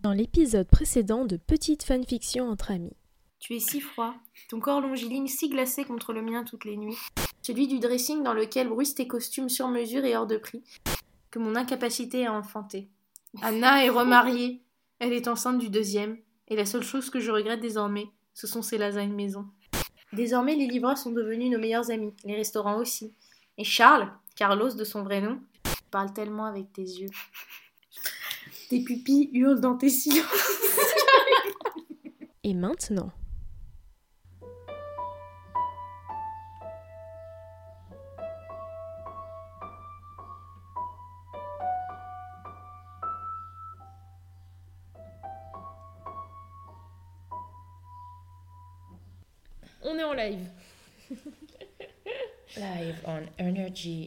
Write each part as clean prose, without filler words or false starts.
Dans l'épisode précédent de Petite fanfiction entre amis. Tu es si froid, ton corps longiligne si glacé contre le mien toutes les nuits, celui du dressing dans lequel bruissent tes costumes sur mesure et hors de prix, que mon incapacité à enfanter. Anna est remariée, elle est enceinte du deuxième, et la seule chose que je regrette désormais, ce sont ses lasagnes maison. Désormais, les livreurs sont devenus nos meilleurs amis, les restaurants aussi. Et Charles, Carlos de son vrai nom, parle tellement avec tes yeux. Tes pupilles hurlent dans tes silences. Et maintenant, on est en live. Live on Energy.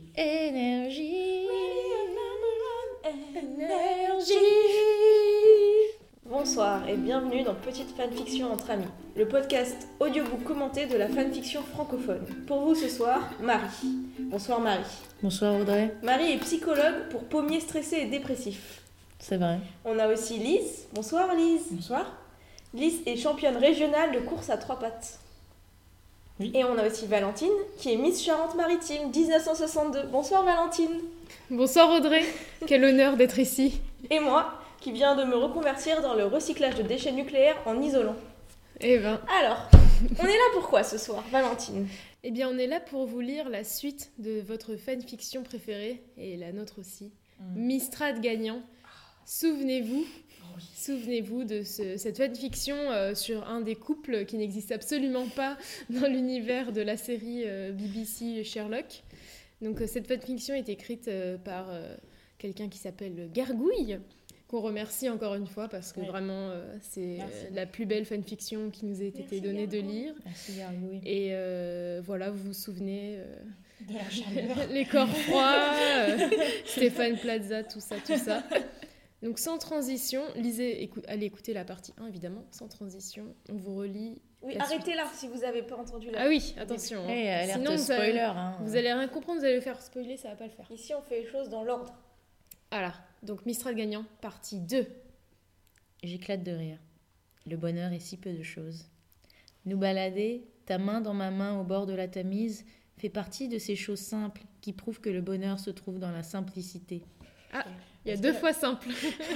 Bonsoir et bienvenue dans Petite fanfiction entre amis, le podcast audiobook commenté de la fanfiction francophone. Pour vous ce soir, Marie. Bonsoir Marie. Bonsoir Audrey. Marie est psychologue pour pommiers stressés et dépressifs. C'est vrai. On a aussi Lise. Bonsoir Lise. Bonsoir. Lise est championne régionale de course à 3 pattes. Oui. Et on a aussi Valentine, qui est Miss Charente-Maritime 1962. Bonsoir Valentine. Bonsoir Audrey, quel honneur d'être ici. Et moi, qui viens de me reconvertir dans le recyclage de déchets nucléaires en isolant. Eh ben, Alors, on est là pourquoi ce soir, Valentine? eh bien on est là pour vous lire la suite de votre fanfiction préférée, et la nôtre aussi, Mistrad gagnant. Souvenez-vous de cette fanfiction sur un des couples qui n'existe absolument pas dans l'univers de la série BBC Sherlock. Donc cette fanfiction est écrite par quelqu'un qui s'appelle Gargouille, qu'on remercie encore une fois parce que vraiment c'est la plus belle fanfiction qui nous ait été donnée de lire. Merci Gargouille. Et voilà, vous vous souvenez De la chaleur. les corps froids, Stéphane Plaza, tout ça. Donc sans transition, allez écouter la partie 1 évidemment, sans transition, on vous relit. Oui, la arrêtez là si vous n'avez pas entendu la... Ah oui, attention. hein. Alerte Sinon, spoiler. Vous allez rien comprendre, vous allez le faire spoiler, ça va pas le faire. Ici, on fait les choses dans l'ordre. Voilà, donc Mistral gagnant, partie 2. J'éclate de rire. Le bonheur est si peu de choses. Nous balader, ta main dans ma main au bord de la Tamise, fait partie de ces choses simples qui prouvent que le bonheur se trouve dans la simplicité. Ah, il y a 2 fois simple.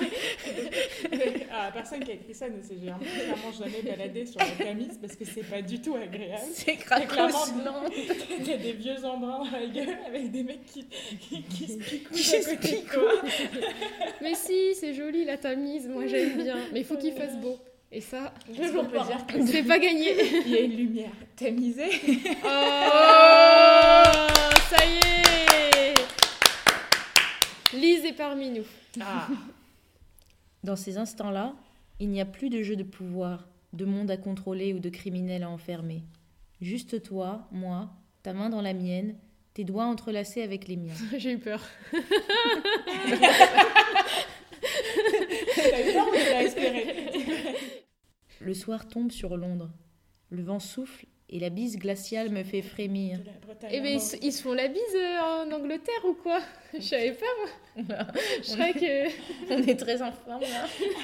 La personne qui a écrit ça ne s'est clairement jamais baladée sur la Tamise parce que c'est pas du tout agréable. C'est Clairement, il y a des vieux embruns dans la gueule avec des mecs qui se picouent à côté de toi. Mais si, c'est joli la Tamise, moi j'aime bien. Mais il faut qu'il fasse beau. Et ça, Est-ce qu'on peut dire que c'est pas gagné. il y a une lumière tamisée? Oh, ça y est. Lise est parmi nous. Dans ces instants-là, il n'y a plus de jeu de pouvoir, de monde à contrôler ou de criminel à enfermer. Juste toi, moi, ta main dans la mienne, tes doigts entrelacés avec les miens. J'ai eu peur. T'as eu peur ou t'as espéré? Le soir tombe sur Londres. Le vent souffle et la bise glaciale me fait frémir. De la Bretagne Eh ben en ils se font la bise en Angleterre ou quoi? Je savais pas moi. Je croyais que... On est très en forme là.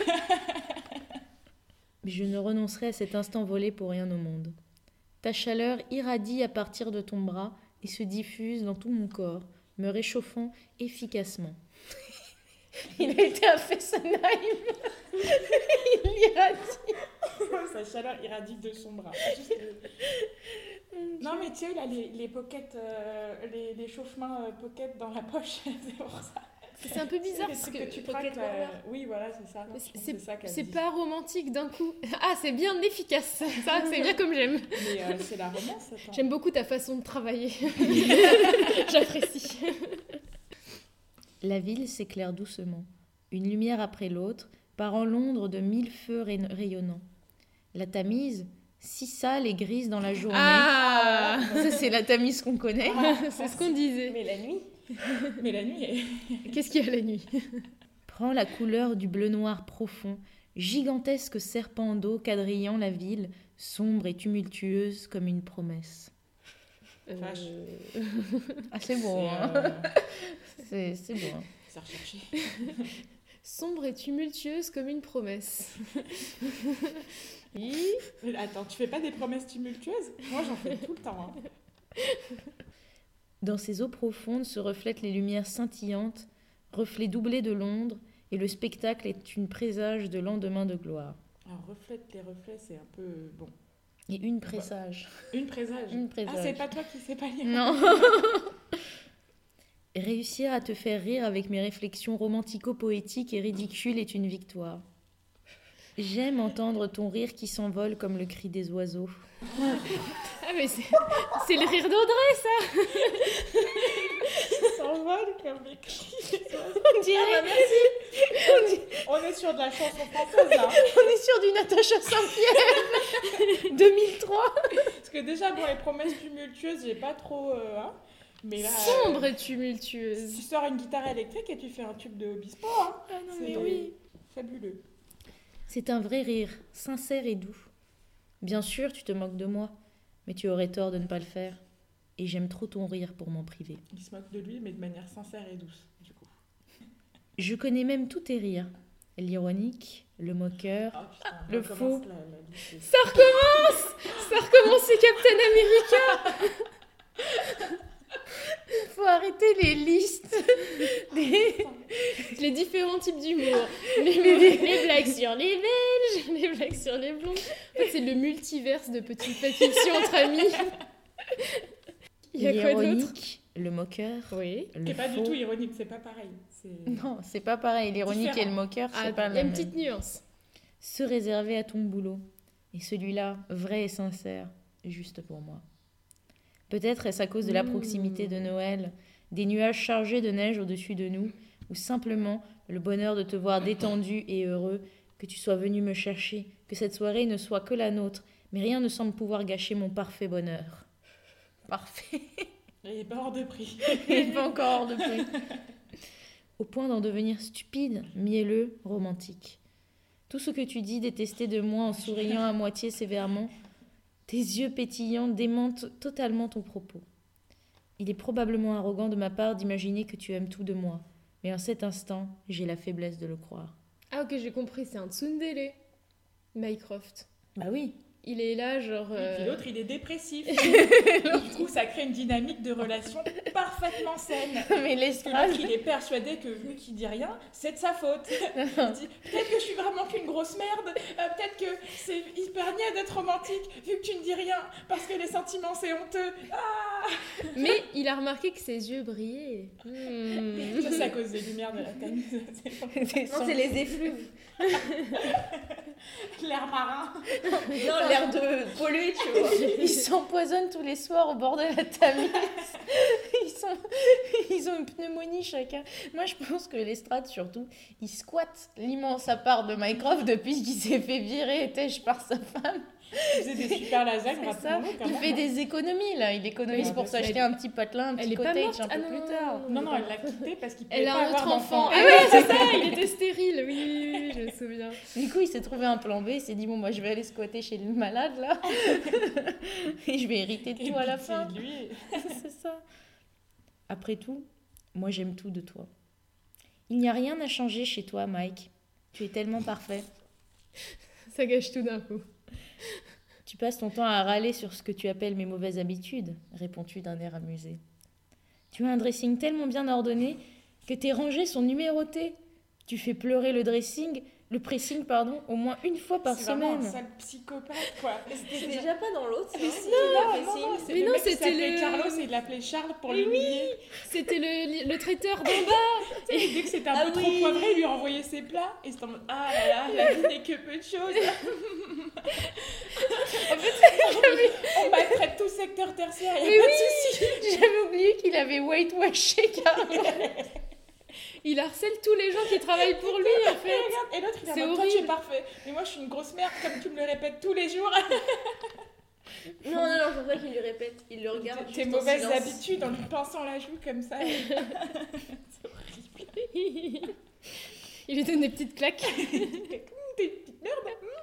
Mais je ne renoncerai à cet instant volé pour rien au monde. Ta chaleur irradie à partir de ton bras et se diffuse dans tout mon corps, me réchauffant efficacement. Il a été à Fessenheim. Il irradie. Sa chaleur irradie de son bras. Non mais tu sais, là, les pockets, les chauffe-mains pockets dans la poche, c'est pour ça. C'est un peu bizarre Les parce trucs que... tu craques, oui, voilà, c'est ça. C'est ça qu'elle c'est dit. pas romantique d'un coup. Ah, c'est bien efficace. Ça, c'est bien comme j'aime. Mais c'est la romance, attends. J'aime beaucoup ta façon de travailler. J'apprécie. La ville s'éclaire doucement, une lumière après l'autre, parant Londres de 1000 feux rayonnants. La Tamise, si sale et grise dans la journée. Ah, Ça, c'est la Tamise qu'on connaît. c'est ce qu'on disait. Mais la nuit, Mais la nuit, Qu'est-ce qu'il y a la nuit? Prend la couleur du bleu-noir profond, gigantesque serpent d'eau quadrillant la ville, sombre et tumultueuse comme une promesse. Vache. Ah, c'est beau, c'est hein. C'est beau. Hein. c'est recherché. Sombre et tumultueuse comme une promesse. Oui. Attends, tu fais pas des promesses tumultueuses? Moi, j'en fais tout le temps. Hein. Dans ces eaux profondes se reflètent les lumières scintillantes, reflets doublés de Londres, et le spectacle est une présage de lendemain de gloire. Alors, reflète les reflets, c'est un peu... Bon. Et une présage. Une présage. Une présage. Ah, c'est pas toi qui sais pas lire. Non. Réussir à te faire rire avec mes réflexions romantico-poétiques et ridicules est une victoire. J'aime entendre ton rire qui s'envole comme le cri des oiseaux. Ah mais c'est le rire d'Audrey, ça. S'envole comme les cris. On dirait... On est sur de la chanson française, là. On est sur du Natacha Saint-Pierre 2003. Parce que déjà, bon, les promesses tumultueuses, j'ai pas trop... hein. Mais là, Sombre et tumultueuse. tu sors une guitare électrique et tu fais un tube de Obispo, hein. Ah non, C'est mais oui. fabuleux. C'est un vrai rire, sincère et doux. Bien sûr, tu te moques de moi, mais tu aurais tort de ne pas le faire. Et j'aime trop ton rire pour m'en priver. Il se moque de lui, mais de manière sincère et douce, du coup. Je connais même tous tes rires. L'ironique, le moqueur, Oh, putain, le on recommence faux. la douce. Ça recommence, c'est Captain America. Il faut arrêter les listes. Les différents types d'humour. Les blagues sur les Belges, les blagues sur les blonds. En fait, c'est le multiverse de petites fictions entre amis. Il y a quoi d'autre? L'ironique, le moqueur, Oui. le C'est pas du faux. tout ironique, c'est pas pareil. C'est... Non, c'est pas pareil. L'ironique Différent. et le moqueur, Ah, c'est pas il y la a une même. petite nuance. Se réserver à ton boulot. Et celui-là, vrai et sincère, juste pour moi. Peut-être est-ce à cause de la proximité de Noël, des nuages chargés de neige au-dessus de nous, ou simplement le bonheur de te voir détendu et heureux, que tu sois venu me chercher, que cette soirée ne soit que la nôtre, mais rien ne semble pouvoir gâcher mon parfait bonheur. Parfait. Il est pas hors de prix. Il n'est pas encore hors de prix. Au point d'en devenir stupide, mielleux, romantique. Tout ce que tu dis détester de moi en souriant à moitié sévèrement, tes yeux pétillants démentent totalement ton propos. Il est probablement arrogant de ma part d'imaginer que tu aimes tout de moi, mais en cet instant, j'ai la faiblesse de le croire. Ah ok, j'ai compris, c'est un tsundere. Mycroft. Bah oui. Il est là, genre... Et puis l'autre, il est dépressif. Du coup, ça crée une dynamique de relation parfaitement saine. Mais Parce que l'autre, il est persuadé que vu qu'il dit rien, c'est de sa faute. Il dit, peut-être que je suis vraiment qu'une grosse merde, peut-être que c'est hyper niais d'être romantique, vu que tu ne dis rien, parce que les sentiments, c'est honteux. Ah Mais il a remarqué que ses yeux brillaient. Ça, c'est à cause des lumières de la Tamise. Non, c'est les effluves. L'air marin. Non, l'air de polluer, tu vois. Ils s'empoisonnent tous les soirs au bord de la Tamise. Ils ont une pneumonie chacun. Moi, je pense que l'estrade, surtout, il squatte l'immense appart de Mycroft depuis qu'il s'est fait virer étais-je par sa femme. Il faisait des super lasagnes, C'est ça. rappelons-nous, quand Il même. fait des économies, là. Il économise Oui, pour parce s'acheter qu'elle- un petit patelin, un petit Elle est pas cottage morte. un peu plus tard. Non, elle l'a quitté parce qu'il pouvait Elle a pas un avoir autre enfant. d'enfant. Ah oui, c'est ça, il était stérile. Oui, je me souviens. Du coup, il s'est trouvé un plan B. Il s'est dit, bon, moi, je vais aller squatter chez le malade, là. Et je vais hériter de Et tout à la pitié fin. de lui. C'est ça. Après tout, moi j'aime tout de toi. Il n'y a rien à changer chez toi, Mike. Tu es tellement parfait. Ça gâche tout d'un coup. Tu passes ton temps à râler sur ce que tu appelles mes mauvaises habitudes, réponds-tu d'un air amusé. Tu as un dressing tellement bien ordonné que tes rangées sont numérotées. Tu fais pleurer le pressing, au moins une fois par C'est vraiment semaine. un sale psychopathe, quoi. C'était déjà pas dans l'autre, ça. Mais Si, si, non, c'est Mais le non, mec qui c'était s'appelait le- Carlos et il l'appelait Charles pour l'humilier. C'était le traiteur d'en bas. Et dès que c'était un Ah peu trop oui. poivré, il lui renvoyait ses plats. Et c'était en mode, ah là là, la vie n'est que peu de choses. On maltraite tout secteur tertiaire, il n'y a pas de souci. J'avais oublié qu'il avait whitewashé Carlos. Il harcèle tous les gens qui travaillent pour lui, en Et fait. regarde, et l'autre, il est C'est en mode, toi tu es horrible. parfait. Mais moi, je suis une grosse merde, comme tu me le répètes tous les jours. Non, c'est pour ça qu'il lui répète. Il le regarde. Tes juste en mauvaises silence. habitudes en lui pinçant la joue comme ça. C'est horrible. Il lui donne des petites claques. T'es une petite merde.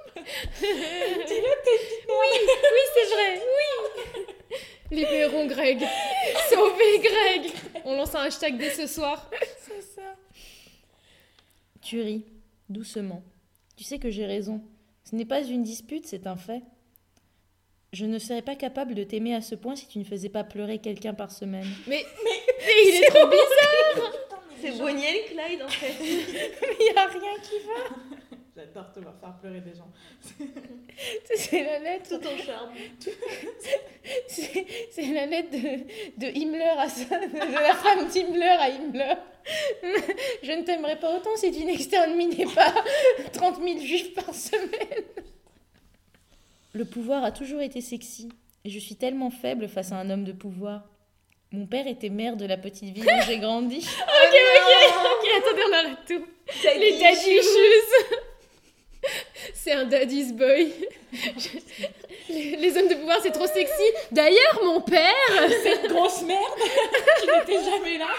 Oui, c'est vrai, oui. Libérons Greg. Sauvez Greg. On lance un hashtag dès ce soir. C'est ça. Tu ris, doucement. Tu sais que j'ai raison. Ce n'est pas une dispute, c'est un fait. Je ne serais pas capable de t'aimer à ce point si tu ne faisais pas pleurer quelqu'un par semaine. Mais il est trop bizarre. C'est Bonnie et Clyde en fait. Il n'y a rien qui va. J'adore te voir faire pleurer des gens. C'est la lettre. Tout ton charme. C'est la lettre de Himmler à ça, de la femme d'Himmler à Himmler. Je ne t'aimerais pas autant si tu n'exterminais pas 30 000 juifs par semaine. Le pouvoir a toujours été sexy. Et je suis tellement faible face à un homme de pouvoir. Mon père était maire de la petite ville où j'ai grandi. Ok, attendez, on arrête tout. Les daddy issues. C'est un daddy's boy. Les hommes de pouvoir, c'est trop sexy. D'ailleurs, mon père... Cette grosse merde qui n'était jamais là.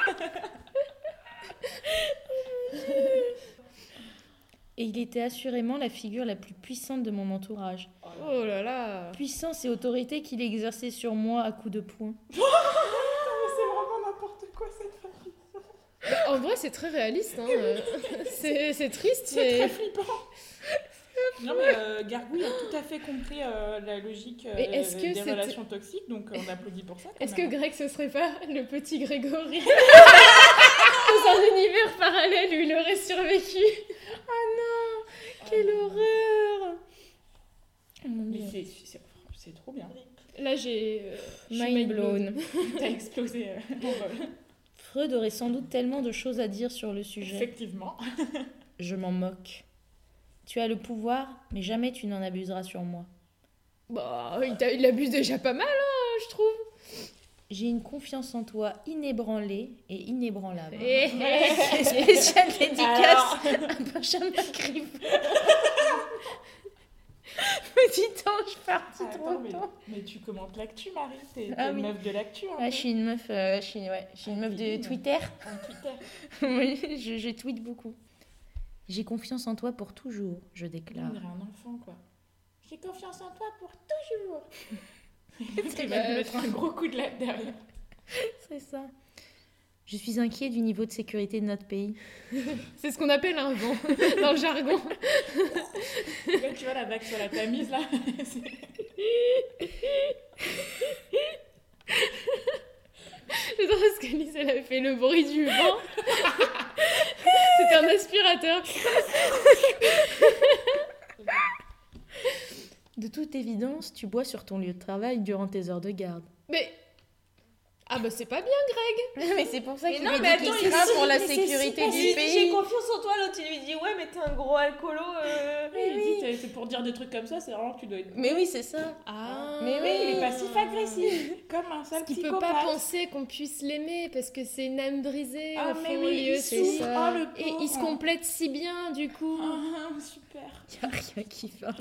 Et il était assurément la figure la plus puissante de mon entourage. Oh là là. Puissance et autorité qu'il exerçait sur moi à coups de poing. C'est vraiment n'importe quoi cette femme. En vrai, c'est très réaliste. Hein. C'est triste, C'est mais... très flippant. Non mais Gargouille a tout à fait compris la logique Mais est-ce que des c'était- relations toxiques, donc on applaudit pour ça. quand Est-ce que même. Greg, ce serait pas le petit Grégory dans un univers parallèle où il aurait survécu? Quelle horreur! Mon Mais Dieu. c'est trop bien. Là, je suis Mind blown. T'as explosé mon vol. Freud aurait sans doute tellement de choses à dire sur le sujet. Effectivement. Je m'en moque. Tu as le pouvoir, mais jamais tu n'en abuseras sur moi. Bah, il abuse déjà pas mal, hein, je trouve. J'ai une confiance en toi inébranlée et inébranlable. Et... Spéciale dédicace Alors. à Benjamin Griveaux. Petit ange parti trop Attends, tôt. mais tu commentes l'actu, Marie. T'es Ah une oui. meuf de l'actu. Ah, je suis une meuf, je suis une meuf de Twitter. En Twitter. Oui, je tweete beaucoup. J'ai confiance en toi pour toujours, je On déclare. dirait un enfant, quoi. J'ai confiance en toi pour toujours. C'est Tu vas lui mettre un gros coup de latte derrière. C'est ça. Je suis inquiet du niveau de sécurité de notre pays. C'est ce qu'on appelle un vent dans le jargon. Là, tu vois la vague sur la Tamise, là. C'est drôle parce que Lise, elle avait fait le bruit du vent. C'était un aspirateur. De toute évidence, tu bois sur ton lieu de travail durant tes heures de garde. Mais... Ah bah c'est pas bien, Greg. Mais c'est pour ça Mais qu'il non, lui mais dit attends, qu'il il craint dit- pour la mais c'est sécurité si du facile. J'ai pays. confiance en toi, l'autre il lui dit ouais mais t'es un gros alcoolo. Il dit, c'est pour dire des trucs comme ça, c'est vraiment que tu dois être... Mais oui, c'est ça. Ah. Mais oui, Il est passif-agressif, comme un sale Il peut psychopathe. pas penser qu'on puisse l'aimer parce que c'est une âme brisée Ah au mais fond, oui, lui il aussi. souffre, ça. oh le Et il se pauvre. complète si bien du coup. Ah, super. Y a rien qui va.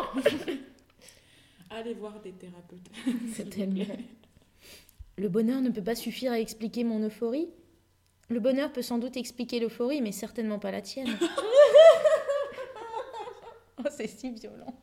Allez voir des thérapeutes. C'est tellement... Le bonheur ne peut pas suffire à expliquer mon euphorie. Le bonheur peut sans doute expliquer l'euphorie, mais certainement pas la tienne. Oh, c'est si violent.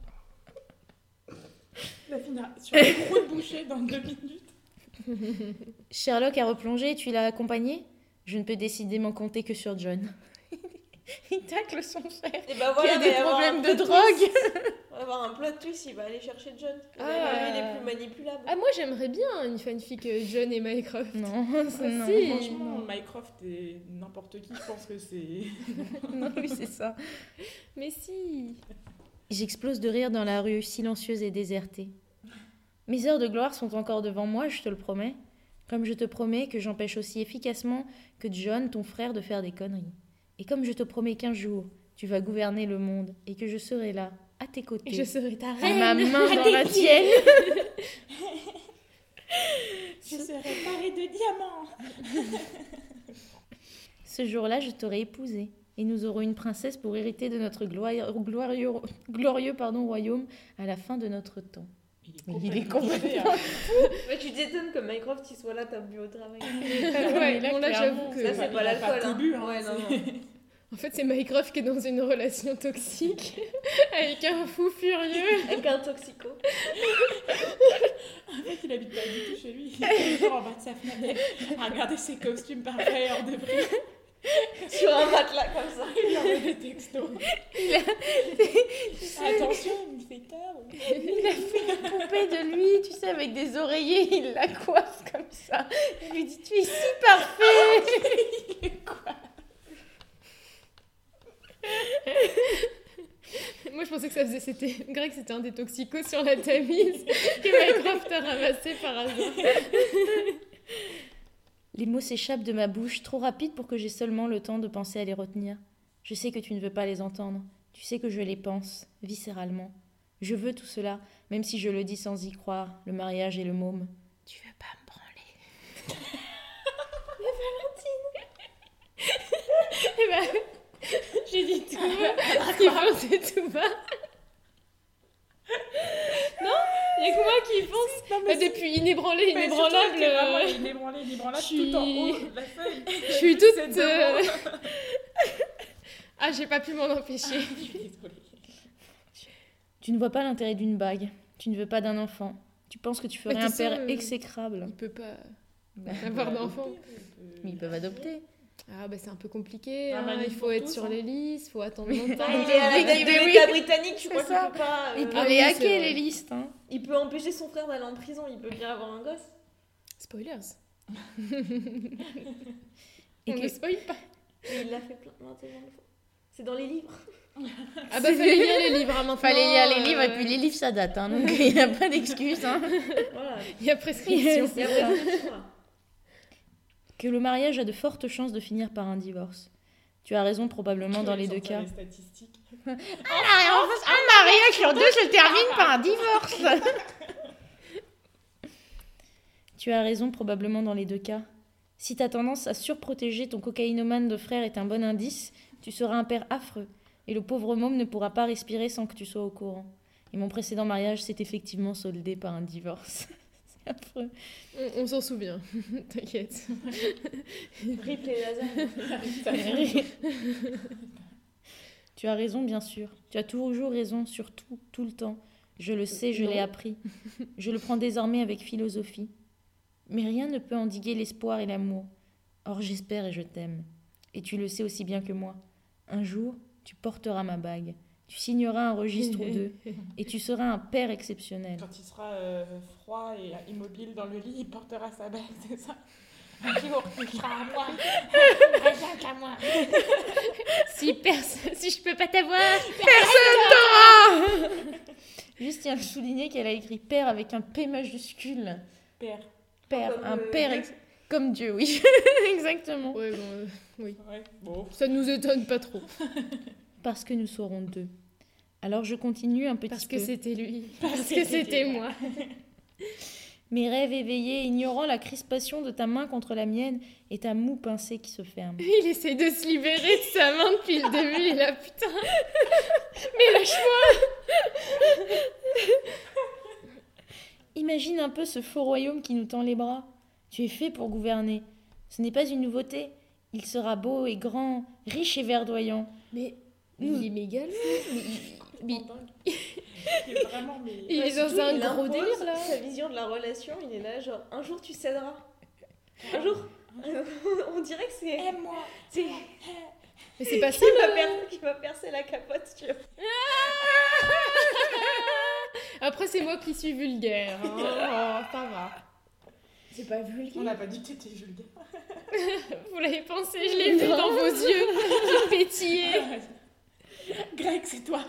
Ça finira sur un gros de bouchée dans 2 minutes. Sherlock a replongé et tu l'as accompagné? Je ne peux décidément compter que sur John. Il tacle son frère. Et bah Il voilà, y a va des y avoir problèmes un de plot drogue. twist. On va avoir un plot twist, il va aller chercher John. Ah. Lui, il est plus manipulable. Ah moi j'aimerais bien une fanfic John et Mycroft. Non, c'est non. si. Franchement, Mycroft et n'importe qui, je pense que c'est... Non, oui, c'est ça. Mais si. J'explose de rire dans la rue, silencieuse et désertée. Mes heures de gloire sont encore devant moi, je te le promets. Comme je te promets que j'empêche aussi efficacement que John, ton frère, de faire des conneries. Et comme je te promets qu'un jour, tu vas gouverner le monde et que je serai là, à tes côtés, Et je serai ta et ma reine. main dans la tienne. Je serais parée de diamants. Ce jour-là, je t'aurai épousée. Et nous aurons une princesse pour hériter de notre glorieux royaume à la fin de notre temps. Il est complètement Ouais, tu t'étonnes que Mycroft il soit là, t'as bu au travail. Ouais, bon là j'avoue que... Ça, c'est pas l'alcool. tout Hein. bu, hein, Ouais, non, c'est- non. En fait c'est Mycroft qui est dans une relation toxique avec un fou furieux. Avec un toxico. En fait, il habite pas du tout chez lui. Il est toujours en bas de sa fenêtre à regarder ses costumes parfaits hors de prix. sur un matelas comme ça. Il lui envoie des textos. Attention, il me fait peur. Il a fait une poupée de lui, tu sais, avec des oreillers, il la coiffe comme ça. Il lui dit, tu es si parfait. Il est quoi? Moi, je pensais que Greg, c'était un des toxicos sur la Tamise que Mycroft a ramassé par hasard. Les mots s'échappent de ma bouche, trop rapides pour que j'aie seulement le temps de penser à les retenir. Je sais que tu ne veux pas les entendre. Tu sais que je les pense, viscéralement. Je veux tout cela, même si je le dis sans y croire, le mariage et le môme. Tu veux pas me branler? Et bah, j'ai dit tout bas, ce qu'il pensait tout bas. Non, il y a que moi qui pense. Depuis inébranlé, inébranlable. Inébranlable je suis- tout en haut de la feuille. Je suis toute. C'est devant. Ah, j'ai pas pu m'en empêcher. Je suis désolée. Tu ne vois pas l'intérêt d'une bague. Tu ne veux pas d'un enfant. Tu penses que tu ferais Mais un de toute façon, père exécrable. Il peut pas avoir d'enfant. Mais ils peuvent adopter. Ah, bah c'est un peu compliqué. Un Hein. manif Il faut pour être tous, sur hein. les listes, il faut attendre longtemps. Il est à la Oui, tête de oui. l'État britannique, je C'est crois ça. qu'il peut pas. Il peut Ah les oui, hacker, c'est vrai. les listes. Hein. Il peut empêcher son frère d'aller en prison, il peut bien avoir un gosse. Spoilers. Et On que- ne spoil pas. Mais il l'a fait plein de fois. C'est dans les livres. Ah bah fallait lire les livres hein, maintenant. Fallait lire les livres, et puis les livres ça date, hein, donc il n'y a pas d'excuse. Hein. Voilà. Il y a prescription. Il y a prescription, là. Que le mariage a de fortes chances de finir par un divorce. Tu as raison probablement dans les deux cas. Les statistiques. Un mariage sur deux se termine par un divorce. Tu as raison probablement dans les deux cas. Si ta tendance à surprotéger ton cocaïnomane de frère est un bon indice, tu seras un père affreux. Et le pauvre môme ne pourra pas respirer sans que tu sois au courant. Et mon précédent mariage s'est effectivement soldé par un divorce. C'est affreux. On s'en souvient. T'inquiète. Rip les lasers. Tu as raison, bien sûr. Tu as toujours raison, sur tout, tout le temps. Je le sais, je l'ai appris. Je le prends désormais avec philosophie. Mais rien ne peut endiguer l'espoir et l'amour. Or, j'espère et je t'aime. Et tu le sais aussi bien que moi. Un jour, tu porteras ma bague. Tu signeras un registre ou deux. Et tu seras un père exceptionnel. Quand il sera froid et immobile dans le lit, il portera sa bague, c'est ça? Un jour, il sera à moi. Rien qu'à moi. Si je peux pas t'avoir. Juste, tiens à souligner qu'elle a écrit père avec un P majuscule. Père. Père, Comme, un père Dieu. comme Dieu, oui. Exactement. Ouais, bon, oui. Ouais, bon. Ça nous étonne pas trop. Parce que nous serons deux. Alors je continue un petit Parce peu. que c'était lui. Parce que c'était moi. Mes rêves éveillés, ignorant la crispation de ta main contre la mienne et ta moue pincée qui se ferme. Il essaie de se libérer de sa main depuis le début. Il est là, putain. Mais lâche-moi. Imagine un peu ce faux royaume qui nous tend les bras. Tu es fait pour gouverner. Ce n'est pas une nouveauté. Il sera beau et grand, riche et verdoyant. Mais il est méga lourd. Il est vraiment... Mais... Il est dans Surtout, un il gros impose délire là. Sa vision de la relation, il est là, genre, un jour tu céderas. Un jour. On dirait que c'est. Aime-moi. C'est Mais c'est pas ça qui va percer la capote, tu vois. Après, c'est moi qui suis vulgaire. Hein. Oh, ça va. C'est pas On vulgaire. n'a pas dit que t'étais vulgaire. Vous l'avez pensé, je l'ai vu dans vos yeux qui pétillaient. Greg, c'est toi.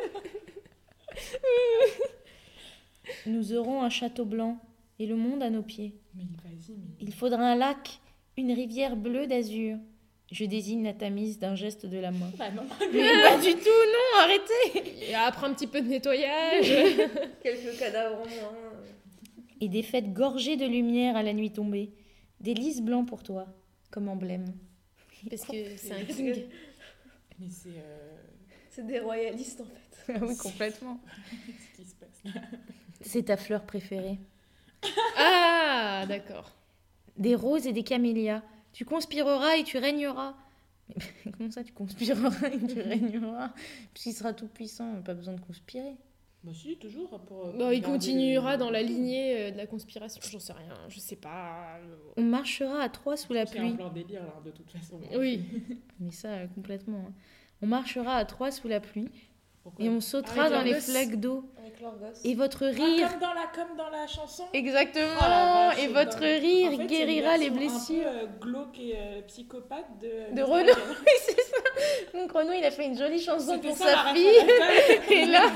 Nous aurons un château blanc et le monde à nos pieds. Mais vas-y, mais... Il faudra un lac, une rivière bleue d'azur. Je désigne la Tamise d'un geste de la main. Bah non. Mais pas du tout, non, arrêtez. Et après un petit peu de nettoyage. Quelques cadavres en moins. Et des fêtes gorgées de lumière à la nuit tombée. Des lys blancs pour toi, comme emblème. Parce que c'est un king. Mais c'est... C'est des royalistes en fait. Ah oui, complètement. ce qui se passe là. C'est ta fleur préférée. Ah, d'accord. Des roses et des camélias. Tu conspireras et tu régneras. Mais comment ça, tu conspireras et tu régneras? Puisqu'il sera tout puissant, pas besoin de conspirer. Bah si, toujours. Pour Il garder continuera le- dans la lignée de la conspiration. J'en sais rien, je sais pas. On marchera à 3 sous la C'est en pluie. plein délire, là, de toute façon. Oui. Mais ça, complètement. Hein. On marchera à 3 sous la pluie Pourquoi et on sautera Avec dans leurs les gosses. flaques d'eau. Avec leurs gosses. Et votre rire... Comme dans la chanson. Exactement. Oh la vache, et c'est votre dingue. rire En fait, guérira c'est les une version blessures. un peu glauque et psychopathe de De Renaud. Oui, c'est ça. Donc Renaud, il a fait une jolie chanson C'était pour ça, sa la fille. ref Et là...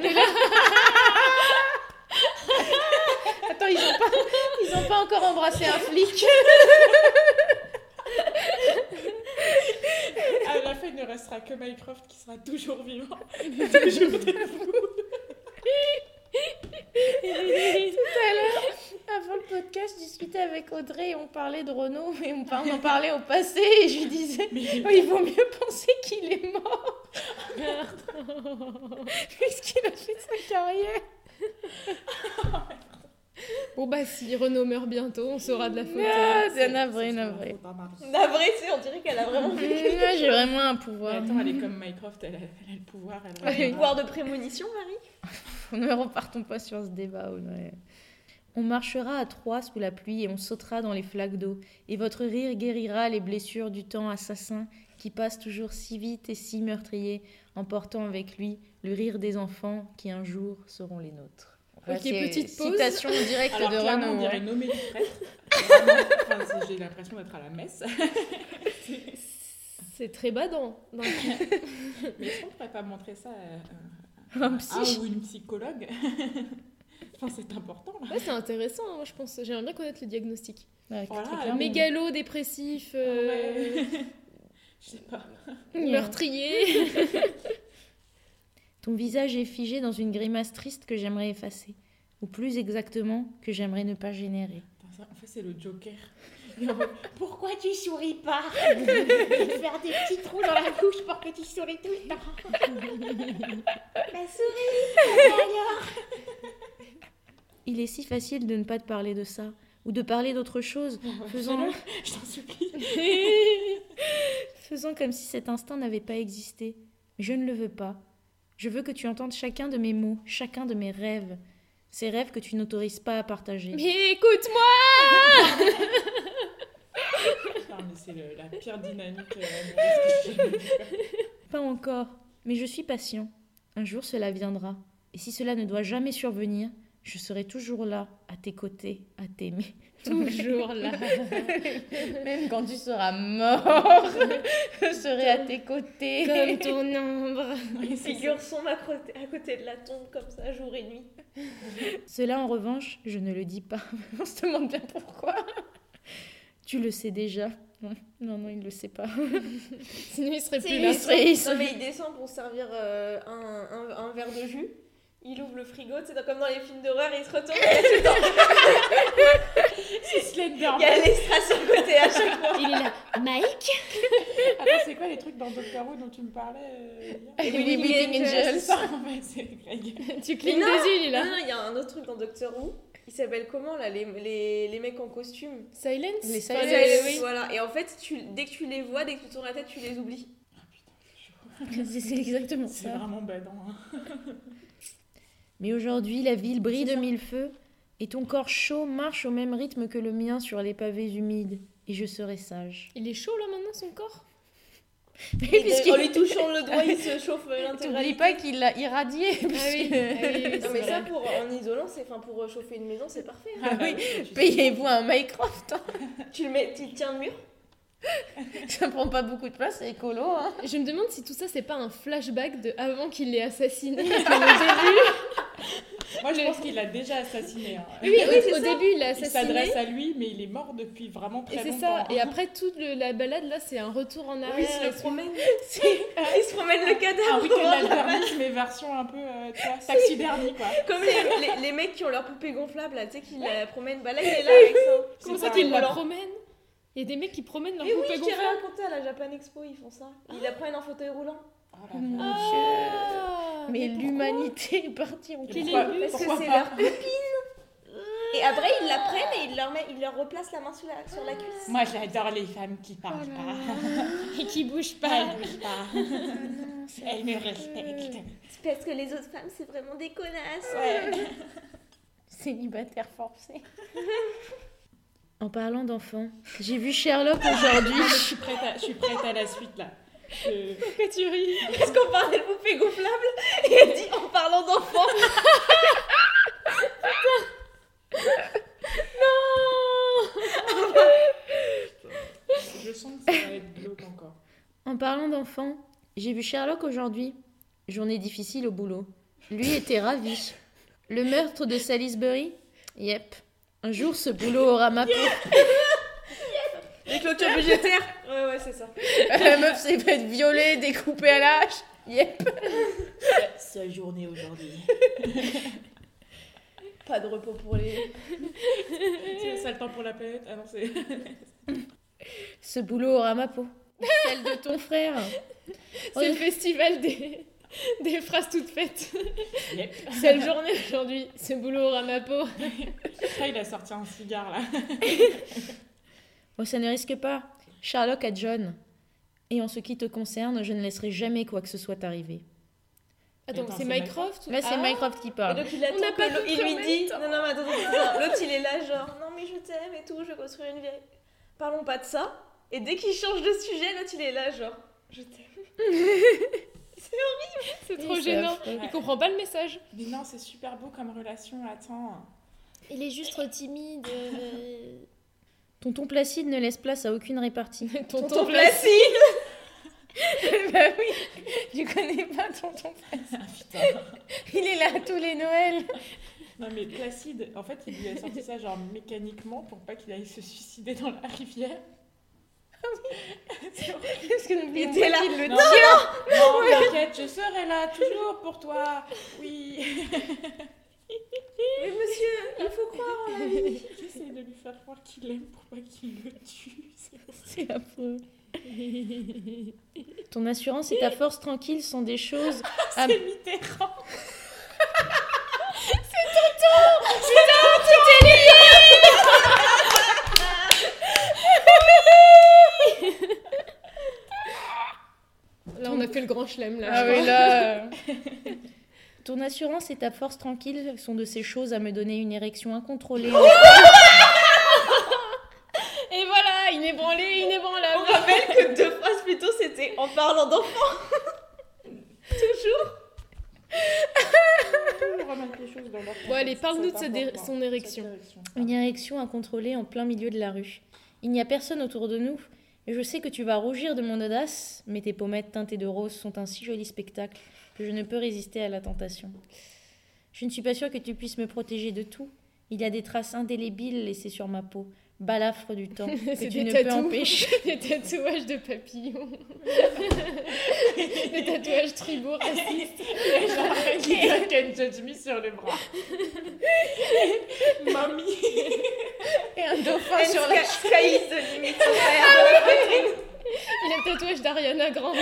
Attends, ils ont pas encore embrassé un flic. À la fin, il ne restera que Mycroft qui sera toujours vivant. Toujours debout. Avant le podcast, je discutais avec Audrey et on parlait de Renaud, mais on en parlait au passé et je lui disais oh, il vaut mieux penser qu'il est mort puisqu'il a fait sa carrière. Bon bah si Renaud meurt bientôt, on saura de la faute. Ah, c'est Navré. navré. Navré, tu sais, on dirait qu'elle a vraiment Moi, j'ai vraiment un Mais pouvoir. attends, elle est comme Mycroft, elle a le pouvoir. Elle va- Oui. pouvoir de prémonition, Marie. Ne repartons pas sur ce débat. Audrey. On marchera à 3 sous la pluie et on sautera dans les flaques d'eau. Et votre rire guérira les blessures du temps assassin qui passe toujours si vite et si meurtrier, emportant avec lui le rire des enfants qui un jour seront les nôtres. Ok, petite pause. Citation directe Alors, de clairement, on Renaud. dirait nommé du prêtre. Vraiment, enfin, j'ai l'impression d'être à la messe. C'est très badant. Mais est-ce qu'on pourrait pas montrer ça à Un psy. ou une psychologue? Je pense que c'est important, là. Ouais, c'est intéressant, hein, moi je pense. J'aimerais bien connaître le diagnostic. Ouais, Voilà, très clairement. Mégalo, dépressif, Ouais. Je sais pas. meurtrier. Ton visage est figé dans une grimace triste que j'aimerais effacer. Ou plus exactement, que j'aimerais ne pas générer. Attends, ça, en fait, c'est le Joker. Pourquoi tu souris pas? Je vais te faire des petits trous dans la bouche pour que tu souris tout le temps. La souris. Il est si facile de ne pas te parler de ça, ou de parler d'autre chose, faisant, Je t'en supplie. faisant comme si cet instant n'avait pas existé. Mais je ne le veux pas. Je veux que tu entendes chacun de mes mots, chacun de mes rêves. Ces rêves que tu n'autorises pas à partager. Mais écoute-moi. Non, mais c'est la pire dynamique humoriste que j'ai vue. Pas encore, mais je suis patient. Un jour cela viendra. Et si cela ne doit jamais survenir, je serai toujours là, à tes côtés, à t'aimer. Toujours là. Même quand tu seras mort, je serai à tes côtés. Comme ton ombre. Oui, c'est Figure sombre à côté de la tombe, comme ça, jour et nuit. Cela, en revanche, je ne le dis pas. On se demande bien pourquoi. Tu le sais déjà. Non, il ne le sait pas. Sinon il serait plus Il là. descend, non, mais il descend pour servir un verre de jus. Il ouvre le frigo, c'est comme dans les films d'horreur, il se retourne. c'est Slenderman. Il y a l'extra sur le côté à chaque fois. Il est là. Mike. Attends, c'est quoi les trucs dans Doctor Who dont tu me parlais hier? Willy Beating Angels. Ça, en fait, c'est Greg. Tu clignes Non. des yeux, il est là. Non, il y a un autre truc dans Doctor Who. Il s'appelle comment là, les mecs en costume? Silence. Les Enfin, Silence. oui. Voilà, et en fait, dès que tu les vois, dès que tu tournes la tête, tu les oublies. C'est exactement C'est ça. vraiment badant. Hein. Mais aujourd'hui, la ville brille de mille feux, et ton corps chaud marche au même rythme que le mien sur les pavés humides, et je serai sage. Il est chaud là maintenant son corps. En lui touchant le doigt, il se chauffe T'oublies l'intégralité. pas qu'il l'a irradié. Ah oui. Non, mais ça, en isolant, pour chauffer une maison, c'est parfait. Ah oui, je sais payez-vous un Minecraft. Hein. Tu le tiens le mur. Ça prend pas beaucoup de place, c'est écolo. Hein. Je me demande si tout ça c'est pas un flashback de avant qu'il l'ait assassiné. Au début. Moi, je pense qu'il l'a déjà assassiné. Hein. Oui, au début il l'a Il assassiné. s'adresse à lui, mais il est mort depuis vraiment Et très c'est longtemps. ça. Et après toute la balade là, c'est un retour en Oui, arrière. il et se tout. promène. Il se promène le Un cadavre. week-end alterniste, mais version un peu, tu vois, taxidermie, quoi. Comme les mecs qui ont leur poupée gonflable, là, tu sais, qui la promènent. Bah là, il est là avec ça. Comment C'est ça ça, qu'il la volant. promène? Il y a des mecs qui promènent leur Mais oui, poupée je t'ai gonflable. raconté à la Japan Expo, ils font ça. Ils la prennent en fauteuil roulant. Oh là Mon là. Ah, Mais pourquoi? l'humanité est partie en Et Quel pourquoi- est le but Parce que pourquoi c'est pas leur copine. Et après, ils la prennent et ils leur replacent la main sur la cuisse. Moi, j'adore les femmes qui parlent pas. Et qui bouge pas. Elles bougent pas. Elles me respectent. C'est parce que les autres femmes, c'est vraiment des connasses. Ouais. Célibataire forcé. En parlant d'enfants, j'ai vu Sherlock aujourd'hui. Je suis prête à la suite, là. Pourquoi tu ris? Parce qu'on parlait de poupée gonflable et elle dit en parlant d'enfants. Je sens que ça va être glauque encore. En parlant d'enfants, j'ai vu Sherlock aujourd'hui. Journée difficile au boulot. Lui était ravi. Le meurtre de Salisbury? Yep. Un jour, ce boulot aura ma peau. Les clôtures budgétaires. Ouais, c'est ça. La meuf s'est faite violer, découpée à la hache. Yep. Seule journée aujourd'hui. Pas de repos pour les... C'est ça le temps pour la planète? Ah non, c'est... Ce boulot aura ma peau. Celle de ton frère. C'est le festival des phrases toutes faites. Yep. Sale journée aujourd'hui. Ce boulot aura ma peau. Après, il a sorti un cigare, là. Oh, ça ne risque pas. Sherlock a John. Et en ce qui te concerne, je ne laisserai jamais quoi que ce soit arriver. Attends, Attends, c'est c'est Mycroft? Là, c'est Mycroft qui Et parle. donc il attend On n'a pas que compris il lui en dit même temps. non mais attends. L'autre il est là genre non mais je t'aime et tout, je vais construire une vie. Parlons pas de ça. Et dès qu'il change de sujet, l'autre il est là genre je t'aime. C'est trop c'est gênant. affreux. Il comprend pas le message. Mais non, c'est super beau comme relation, attends. Il est juste trop timide. Tonton Placide ne laisse place à aucune répartie. Tonton Placide. Bah oui, tu connais pas Tonton Placide. Ah putain. Il est là à tous les Noëls. Non mais Placide, en fait, il lui a sorti ça genre mécaniquement pour pas qu'il aille se suicider dans la rivière. Parce que Il n'oublions était pas là. qu'il le Non, tient. non, t'inquiète, je serai là toujours pour toi. Oui. Mais monsieur, il faut croire en la vie. J'essaie de lui faire croire qu'il l'aime pour pas qu'il le tue. C'est affreux. Ton assurance et ta force tranquille sont des choses... C'est Mitterrand. Là, on a fait le grand chelem, là. Ah je oui, crois. là... Ton assurance et ta force tranquille sont de ces choses à me donner une érection incontrôlée. Et voilà, inébranlé, On inébranlable. rappelle que 2 phrases plus tôt c'était en parlant d'enfants. Toujours. Toujours remettre les choses dans leur Bon, allez, contexte, parle-nous de c'est important. son érection. Une érection incontrôlée en plein milieu de la rue. Il n'y a personne autour de nous. Et je sais que tu vas rougir de mon audace, mais tes pommettes teintées de rose sont un si joli spectacle que je ne peux résister à la tentation. Je ne suis pas sûre que tu puisses me protéger de tout. Il y a des traces indélébiles laissées sur ma peau, balafres du temps, que C'est tu des ne peux tatous. empêcher. Des tatouages de papillons. Des tatouages tribaux racistes. Genre, il can judge me sur le bras. Mamie. Et un dauphin sur la Sky is the limit. Son frère. Il a le tatouage d'Ariana Grande.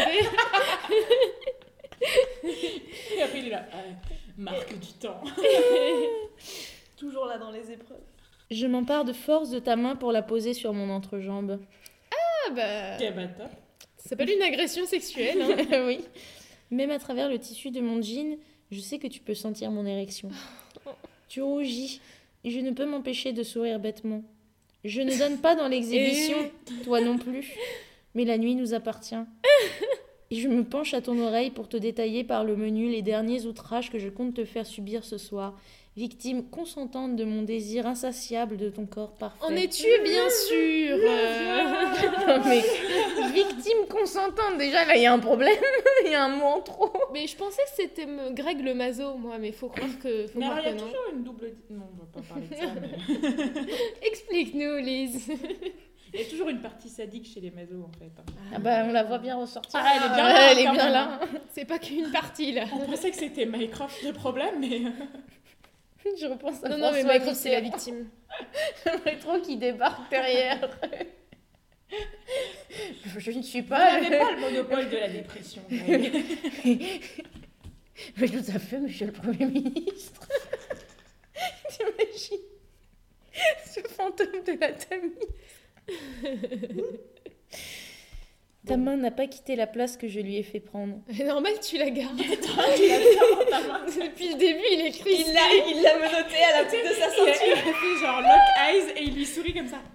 Et après, il est là. Marque du temps. Toujours là dans les épreuves. Je m'empare de force de ta main pour la poser sur mon entrejambe. Ah bah, Ok, bah top. ça s'appelle une agression sexuelle. Hein. Oui. Même à travers le tissu de mon jean, je sais que tu peux sentir mon érection. Tu rougis, et je ne peux m'empêcher de sourire bêtement. Je ne donne pas dans l'exhibition, toi non plus, mais la nuit nous appartient. Et je me penche à ton oreille pour te détailler par le menu les derniers outrages que je compte te faire subir ce soir, victime consentante de mon désir insatiable de ton corps parfait. En es-tu bien sûr Non, mais victime consentante, déjà là il y a un problème, il y a un mot en trop. Mais je pensais que c'était Greg le maso, moi, mais faut croire que Mais alors, il y a non. toujours une double... Non, on va pas parler de ça, mais... Explique-nous, Lise. Il y a toujours une partie sadique chez les masos, en fait. Ah bah on la voit bien ressortir. Ah, elle est bien là, Elle est quand bien même. là. C'est pas qu'une partie, là. On pensait que c'était Mycroft le problème, mais... Je repense à Non, non, mais François Mycroft, c'est la Mitterrand. victime. J'aimerais trop qu'il débarque derrière. Je ne suis Vous pas... n'avez pas le monopole de la dépression. Greg. Mais tout à fait, monsieur le Premier ministre. T'imagines? de la tamise. Ta main n'a pas quitté la place que je lui ai fait prendre. C'est normal, tu la gardes. Tu l'as bien dans ta main. Depuis le début, il est crispé. Il l'a menotté à la boucle de sa Il ceinture. a fait genre lock eyes et il lui sourit comme ça.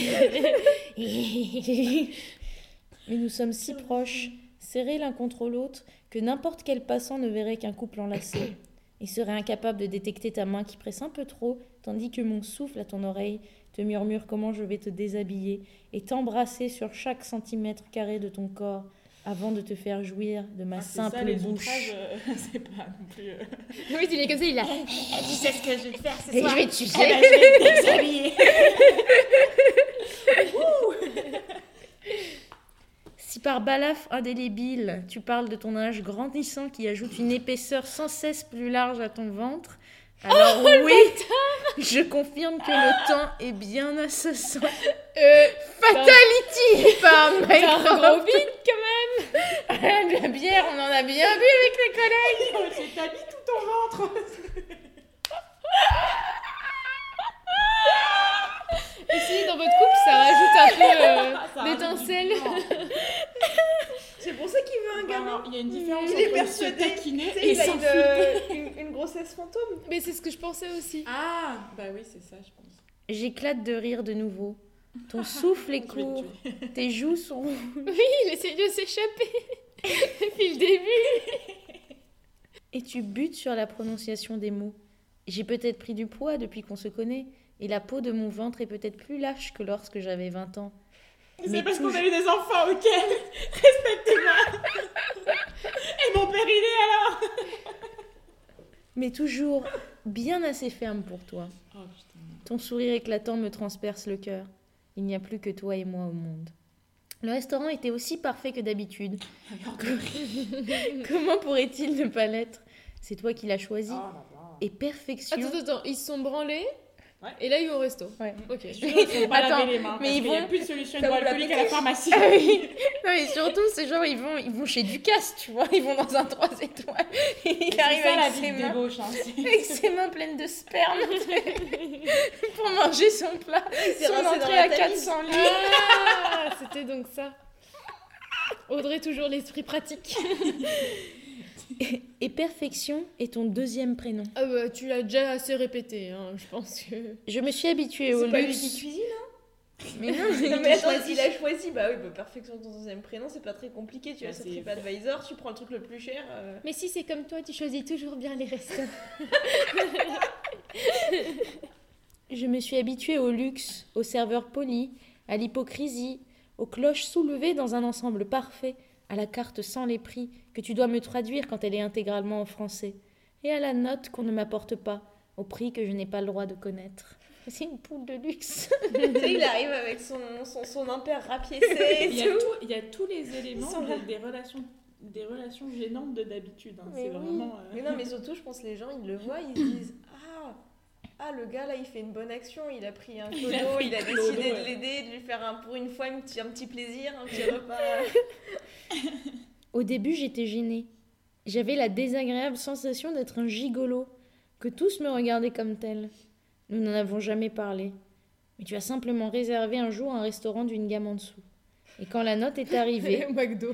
Mais nous sommes si proches, serrés l'un contre l'autre, que n'importe quel passant ne verrait qu'un couple enlacé. Et serait incapable de détecter ta main qui presse un peu trop, tandis que mon souffle à ton oreille te murmure comment je vais te déshabiller et t'embrasser sur chaque centimètre carré de ton corps avant de te faire jouir de ma simple ça, les bouche. outrages, c'est pas non plus... Oui, il est comme ça, il a. Tu sais ce que je vais te faire ce Et soir. je vais te sucer. Eh ben, je vais te déshabiller. Si par balafre indélébile, tu parles de ton âge grandissant qui ajoute une épaisseur sans cesse plus large à ton ventre, alors oui, je confirme que le temps est bien à ce sens. Fatality par T'as un Minecraft. gros vide quand même. La bière, on en a bien bu avec les collègues. J'ai t'habillé tout ton ventre. Et si dans votre couple, ça rajoute un peu Ça d'étincelle. rajoute du vent. C'est pour ça qu'il veut un gamin. Alors, il y a une différence Il est entre se persuadé. taquiner Tu sais, et il a s'insulter. une grossesse fantôme. Mais c'est ce que je pensais aussi. Ah, bah oui, c'est ça, je pense. J'éclate de rire de nouveau. Ton souffle est Je vais te court, tuer. tes joues sont rouges. Oui, il essaie de s'échapper. Depuis le début. Et tu butes sur la prononciation des mots. J'ai peut-être pris du poids depuis qu'on se connaît, et la peau de mon ventre est peut-être plus lâche que lorsque j'avais 20 ans. C'est Mais parce qu'on toujours- a eu des enfants, ok. Respectez-moi. Et mon périnée alors. Mais toujours bien assez ferme pour toi. Oh putain. Ton sourire éclatant me transperce le cœur. Il n'y a plus que toi et moi au monde. Le restaurant était aussi parfait que d'habitude. Comment pourrait-il ne pas l'être? C'est toi qui l'as choisi. Oh là là. Et perfection. Attends, ils se sont branlés. Ouais. Et là, ils vont au resto. Ouais. Ok. Je suis sûre qu'ils vont pas Attends, laver les mains. mais Parce ils qu'il n'y a vont- plus de solution Ça vous hydroalcoolique à la l'appétite. pharmacie. Ah oui. Non mais surtout, c'est genre ils vont chez Ducasse, tu vois. Ils vont dans un 3 étoiles. Et il C'est arrive ça la avec vie ses de mains. débauche. Hein. Avec ses mains pleines de sperme pour manger son plat. s'est Son rincé dans entrée la à tamise. 400 livres. Ah, c'était donc ça. Audrey, toujours l'esprit pratique. Et perfection est ton deuxième prénom. Ah bah, tu l'as déjà assez répété, hein. Je pense que... Je me suis habituée au C'est pas lui luxe. qui cuisine. Mais non, Non mais attends, s'il a choisi, bah oui, bah perfection de ton deuxième prénom, c'est pas très compliqué. Tu vas Bah, sur c'est- TripAdvisor, tu prends le truc le plus cher. Mais si c'est comme toi, tu choisis toujours bien les restos. Je me suis habituée au luxe, aux serveurs polis, à l'hypocrisie, aux cloches soulevées dans un ensemble parfait, à la carte sans les prix que tu dois me traduire quand elle est intégralement en français, et à la note qu'on ne m'apporte pas, au prix que je n'ai pas le droit de connaître. C'est une poule de luxe. Tu sais, il arrive avec son impair rapiécé Il y, et tout. il y a tous les éléments Ils sont là. des relations gênantes de d'habitude. Hein. Mais C'est oui. vraiment. Mais non, mais surtout, je pense que les gens, ils le voient, ils se disent ah, le gars là, il fait une bonne action, il a pris un clodo, pris il a clodo, décidé de ouais. l'aider, de lui faire pour une fois un petit plaisir, un petit repas. Au début, j'étais gênée. J'avais la désagréable sensation d'être un gigolo, que tous me regardaient comme tel. Nous n'en avons jamais parlé. Mais tu as simplement réservé un jour un restaurant d'une gamme en dessous. Et quand la note est arrivée, Au McDo.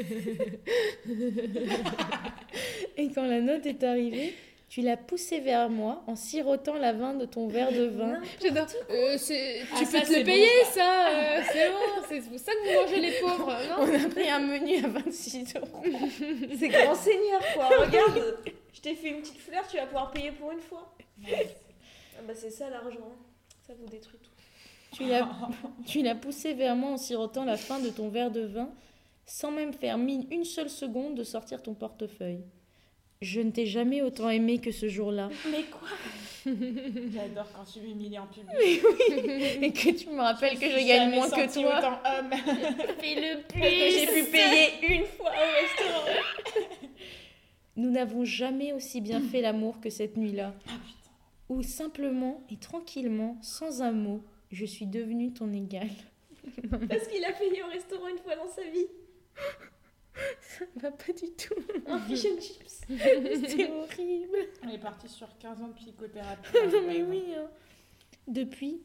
tu l'as poussé vers moi en sirotant la vin de ton verre de vin. J'adore. Tu Ah, peux ça, te c'est le bon, payer, ça. ça. C'est bon. C'est pour ça que vous mangez les pauvres, non? On a pris un menu à 26 €. C'est grand seigneur quoi, regarde, je t'ai fait une petite fleur, tu vas pouvoir payer pour une fois. Ah bah c'est ça l'argent, ça vous détruit tout. Tu l'as poussé vers moi en sirotant la fin de ton verre de vin, sans même faire mine une seule seconde de sortir ton portefeuille. Je ne t'ai jamais autant aimé que ce jour-là. Mais quoi? J'adore quand tu m'humilies en public. Et que tu me rappelles que je gagne moins que toi. Autant homme. Fais-le Que j'ai pu payer une fois au restaurant. Nous n'avons jamais aussi bien fait l'amour que cette nuit-là. Ah putain. Où simplement et tranquillement, sans un mot, je suis devenue ton égale. Parce qu'il a payé au restaurant une fois dans sa vie. Ça va pas du tout. Un fish and chips. C'est horrible. On est parti sur 15 ans de psychothérapie. Non mais oui. Hein. Depuis,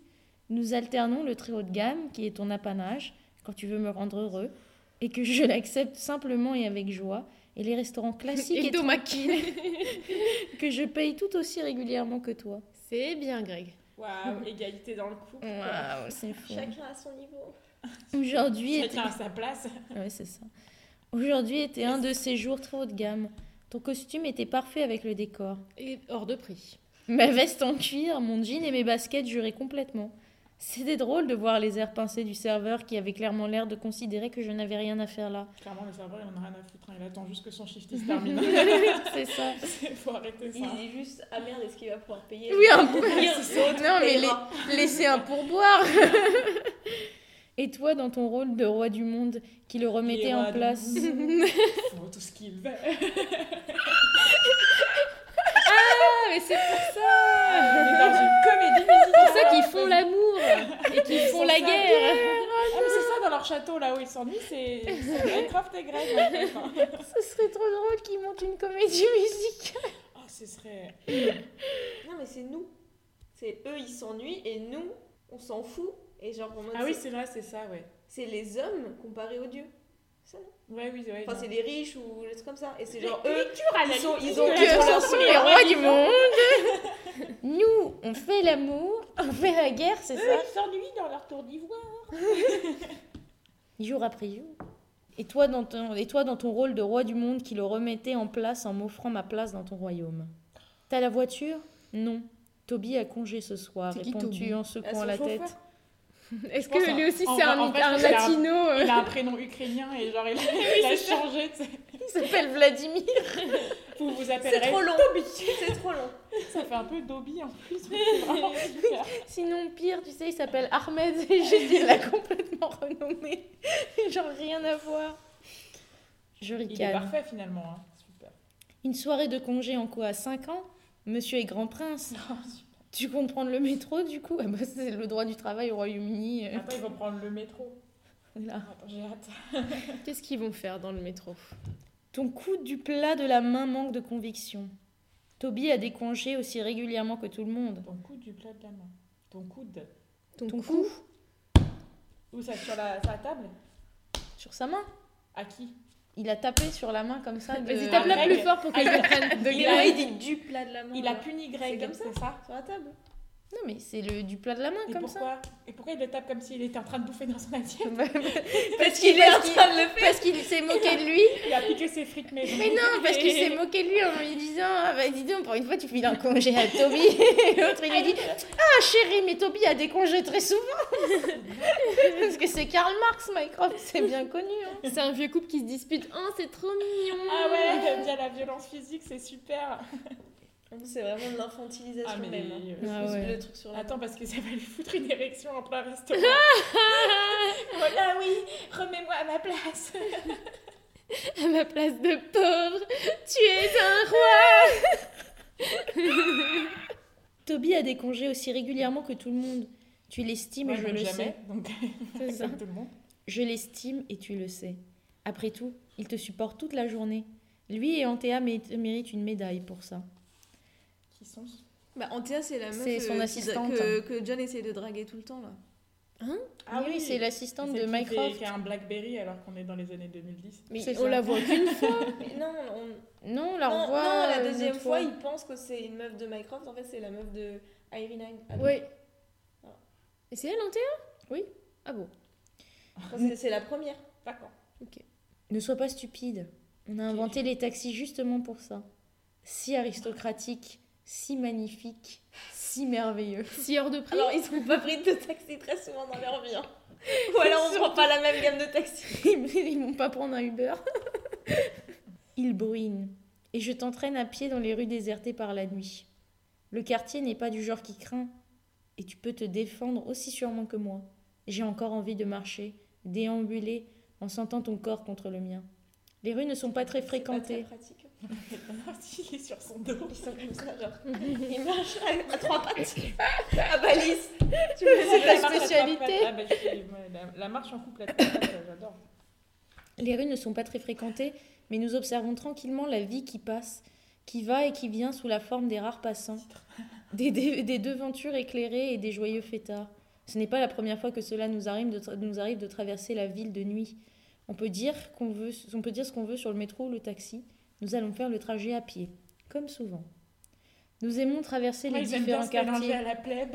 Nous alternons le très haut de gamme, qui est ton apanage, quand tu veux me rendre heureux, et que je l'accepte simplement et avec joie, et les restaurants classiques et tranquilles, que je paye tout aussi régulièrement que toi. C'est bien, Greg. Waouh, égalité dans le couple. Waouh, c'est fou. Chacun à son niveau. Aujourd'hui Chacun à sa place. Ouais, c'est ça. Aujourd'hui était un de ces jours très haut de gamme. Ton costume était parfait avec le décor. Et hors de prix. Ma veste en cuir, mon jean et mes baskets juraient complètement. C'était drôle de voir les airs pincés du serveur qui avait clairement l'air de considérer que je n'avais rien à faire là. Clairement, le serveur, il en a rien à foutre. Il attend juste que son shift se termine. C'est ça. Faut arrêter ça. Il dit juste ah merde, est-ce qu'il va pouvoir payer? Oui, un peu. Il saute, Non, mais paiera. laissez un pourboire. Et toi, dans ton rôle de roi du monde, qui le remettait en place. Faut tout ce qu'il veut. Ah, mais c'est pour ça. On est dans une comédie musicale. C'est pour ça qu'ils font l'amour et qu'ils font la guerre. Ah, mais c'est ça, dans leur château, là où ils s'ennuient, c'est Minecraft et Greg. En fait, hein. Ce serait trop drôle qu'ils montent une comédie musicale. Oh, ce serait... Non mais c'est nous. C'est eux ils s'ennuient et nous on s'en fout. Et genre en mode, Ah oui, c'est vrai, c'est ça, ouais. c'est les hommes comparés aux dieux. Ça, non Ouais, oui, ouais. Enfin non. c'est les riches ou des trucs comme ça. Et c'est genre Les eux lectures, à la ils ont limite, ils ont Que leur ce sont les rois du monde. Nous, on fait l'amour, on fait la guerre, c'est Eux, ça. ils s'ennuient dans leur tour d'ivoire. Jour après jour. Et toi, dans ton rôle de roi du monde qui le remettait en place en m'offrant ma place dans ton royaume. T'as la voiture? Non. Toby a congé ce soir, C'est qui, réponds-tu Toby en à secouant son la chauffeur. tête. Est-ce Je pense, que lui aussi en c'est vrai, un, en vrai, un je pense qu'il a un- latino Il a un prénom ukrainien et genre, il a changé, tu sais. Il s'appelle Vladimir. Vous vous C'est appellerez trop long. Toby. C'est trop long. Ça fait un peu Dobby en plus. C'est vraiment super. Sinon, pire, tu sais, il s'appelle Ahmed et j'ai dit, il a complètement renommé. Genre, rien à voir. Je Il est ricane. parfait finalement. Hein. Super. Une soirée de congé en quoi? 5 ans? Monsieur est grand prince. Tu comptes prendre le métro du coup? Ah bah, c'est le droit du travail au Royaume-Uni. Attends, ils vont prendre le métro. Là. Attends, j'ai hâte. Qu'est-ce qu'ils vont faire dans le métro? Ton coude du plat de la main manque de conviction. Toby a des congés aussi régulièrement que tout le monde. Ton coude du plat de la main. Ton coude. Ton cou Où ça, sur la table? sur sa main. À qui? Il a tapé sur la main comme ça. Vas-y, Ah, tape-la Greg. plus fort pour qu'ils comprennent. Il a dit du plat de la main. Il a là. puni Greg, C'est comme ça. c'est ça? Sur la table. Non mais c'est le du plat de la main Et comme ça. pourquoi? Et pourquoi il le tape comme s'il était en train de bouffer dans son assiette? Parce qu'il est en train de le faire. Parce qu'il s'est moqué de lui. Il a piqué ses frites maison. Mais non, parce qu'il s'est moqué de lui en lui disant ah bah dis donc pour une fois tu files un congé à Toby. Et l'autre il lui dit ah chérie mais Toby a des congés très souvent. Parce que c'est Karl Marx Mycroft, c'est bien connu. Hein. C'est un vieux couple qui se dispute. Oh, c'est trop mignon. Ah ouais, j'aime bien la violence physique, c'est super. En plus, c'est vraiment de l'infantilisation Ah, mais même. Hein. Ah ouais. Le truc sur la Attends, parce que ça va lui foutre une érection en plein restaurant. Voilà, oui, remets-moi à ma place. À ma place de pauvre, tu es un roi. Toby a des congés aussi régulièrement que tout le monde. Tu l'estimes et je comme le jamais, sais. donc C'est ça. comme tout le monde. Je l'estime et tu le sais. Après tout, il te supporte toute la journée. Lui et Antea méritent une médaille pour ça. Qui sont Bah, Antea, c'est la meuf C'est son assistante. que John essaie de draguer tout le temps là. Oui, c'est l'assistante de Celle Mycroft. qui a un Blackberry alors qu'on est dans les années 2010. Mais C'est on ça. la voit qu'une fois. Mais non, Non, on la non, revoit. non, la une deuxième autre fois, il pense que c'est une meuf de Mycroft. En fait, c'est la meuf de Irene. Oui. Voilà. Et c'est elle, Antea? Oui. Ah bon. C'est la première. D'accord. Ne sois pas stupide. On a inventé les taxis justement pour ça. Si aristocratique, si magnifique, si merveilleux. Si hors de prix. Alors, ils sont pas pris de taxi très souvent dans leur vie. Hein. Ou alors, on prend pas la même gamme de taxi. Ils vont pas prendre un Uber. Il bruine. Et je t'entraîne à pied dans les rues désertées par la nuit. Le quartier n'est pas du genre qui craint. Et tu peux te défendre aussi sûrement que moi. J'ai encore envie de marcher, déambuler, en sentant ton corps contre le mien. Les rues ne sont pas très C'est pas très fréquentées. pratique. Il est sur son dos. Ils sont comme ça, genre. Ils marchent à trois pattes. À balise. Tu veux, c'est ta spécialité. Ah, bah, la marche en couple à trois pattes, j'adore. Les rues ne sont pas très fréquentées, mais nous observons tranquillement la vie qui passe, qui va et qui vient sous la forme des rares passants, des devantures éclairées et des joyeux fêtards. Ce n'est pas la première fois que cela nous arrive de traverser la ville de nuit. On peut dire ce qu'on veut sur le métro ou le taxi. Nous allons faire le trajet à pied, comme souvent. Nous aimons traverser les différents quartiers. À la plèbe.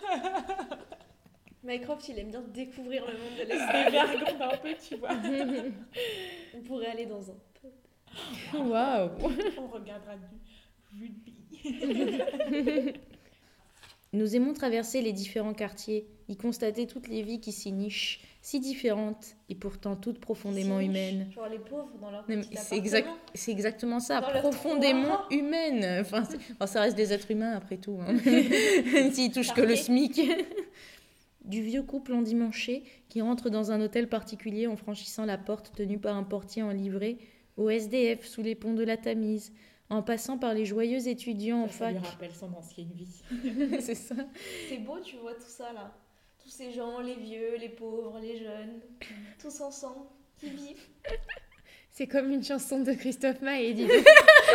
Mycroft, il aime bien découvrir le monde de Il l'espace. dévergonde un peu, tu vois. On pourrait aller dans un pub. Waouh! On regardera du rugby. Nous aimons traverser les différents quartiers, y constater toutes les vies qui s'y nichent, si différentes et pourtant toutes profondément humaines. Genre les pauvres dans leur Non, mais petit c'est appartement. c'est exactement ça, Dans leur profondément trou humaine. Enfin, ça reste des êtres humains après tout, hein. Même s'ils touchent que le SMIC. Du vieux couple endimanché qui rentre dans un hôtel particulier en franchissant la porte tenue par un portier en livrée, au SDF sous les ponts de la Tamise, en passant par les joyeux étudiants en Ça lui fac. rappelle son ancienne vie. C'est ça. C'est beau, tu vois, tout ça là. Tous ces gens, les vieux, les pauvres, les jeunes, tous ensemble, qui vivent. C'est comme une chanson de Christophe Maé, dis donc.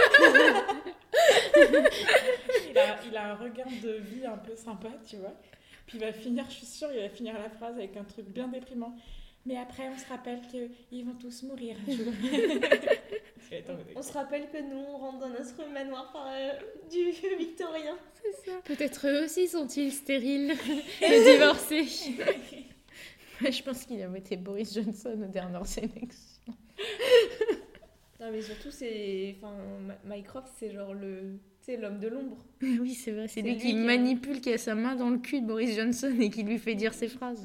Il a un regain de vie un peu sympa, tu vois. Puis il va finir, je suis sûre, il va finir la phrase avec un truc bien déprimant. Mais après, on se rappelle qu'ils vont tous mourir un jour. On se rappelle que nous, on rentre dans notre manoir par du vieux victorien. Peut-être eux aussi sont-ils stériles et divorcés. Je pense qu'il a voté Boris Johnson aux dernières élections. Non, mais surtout, c'est. Enfin, Mycroft, c'est genre l'homme de l'ombre. Oui, c'est vrai, c'est lui lui qui qui- manipule, qui a sa main dans le cul de Boris Johnson et qui lui fait dire ses phrases.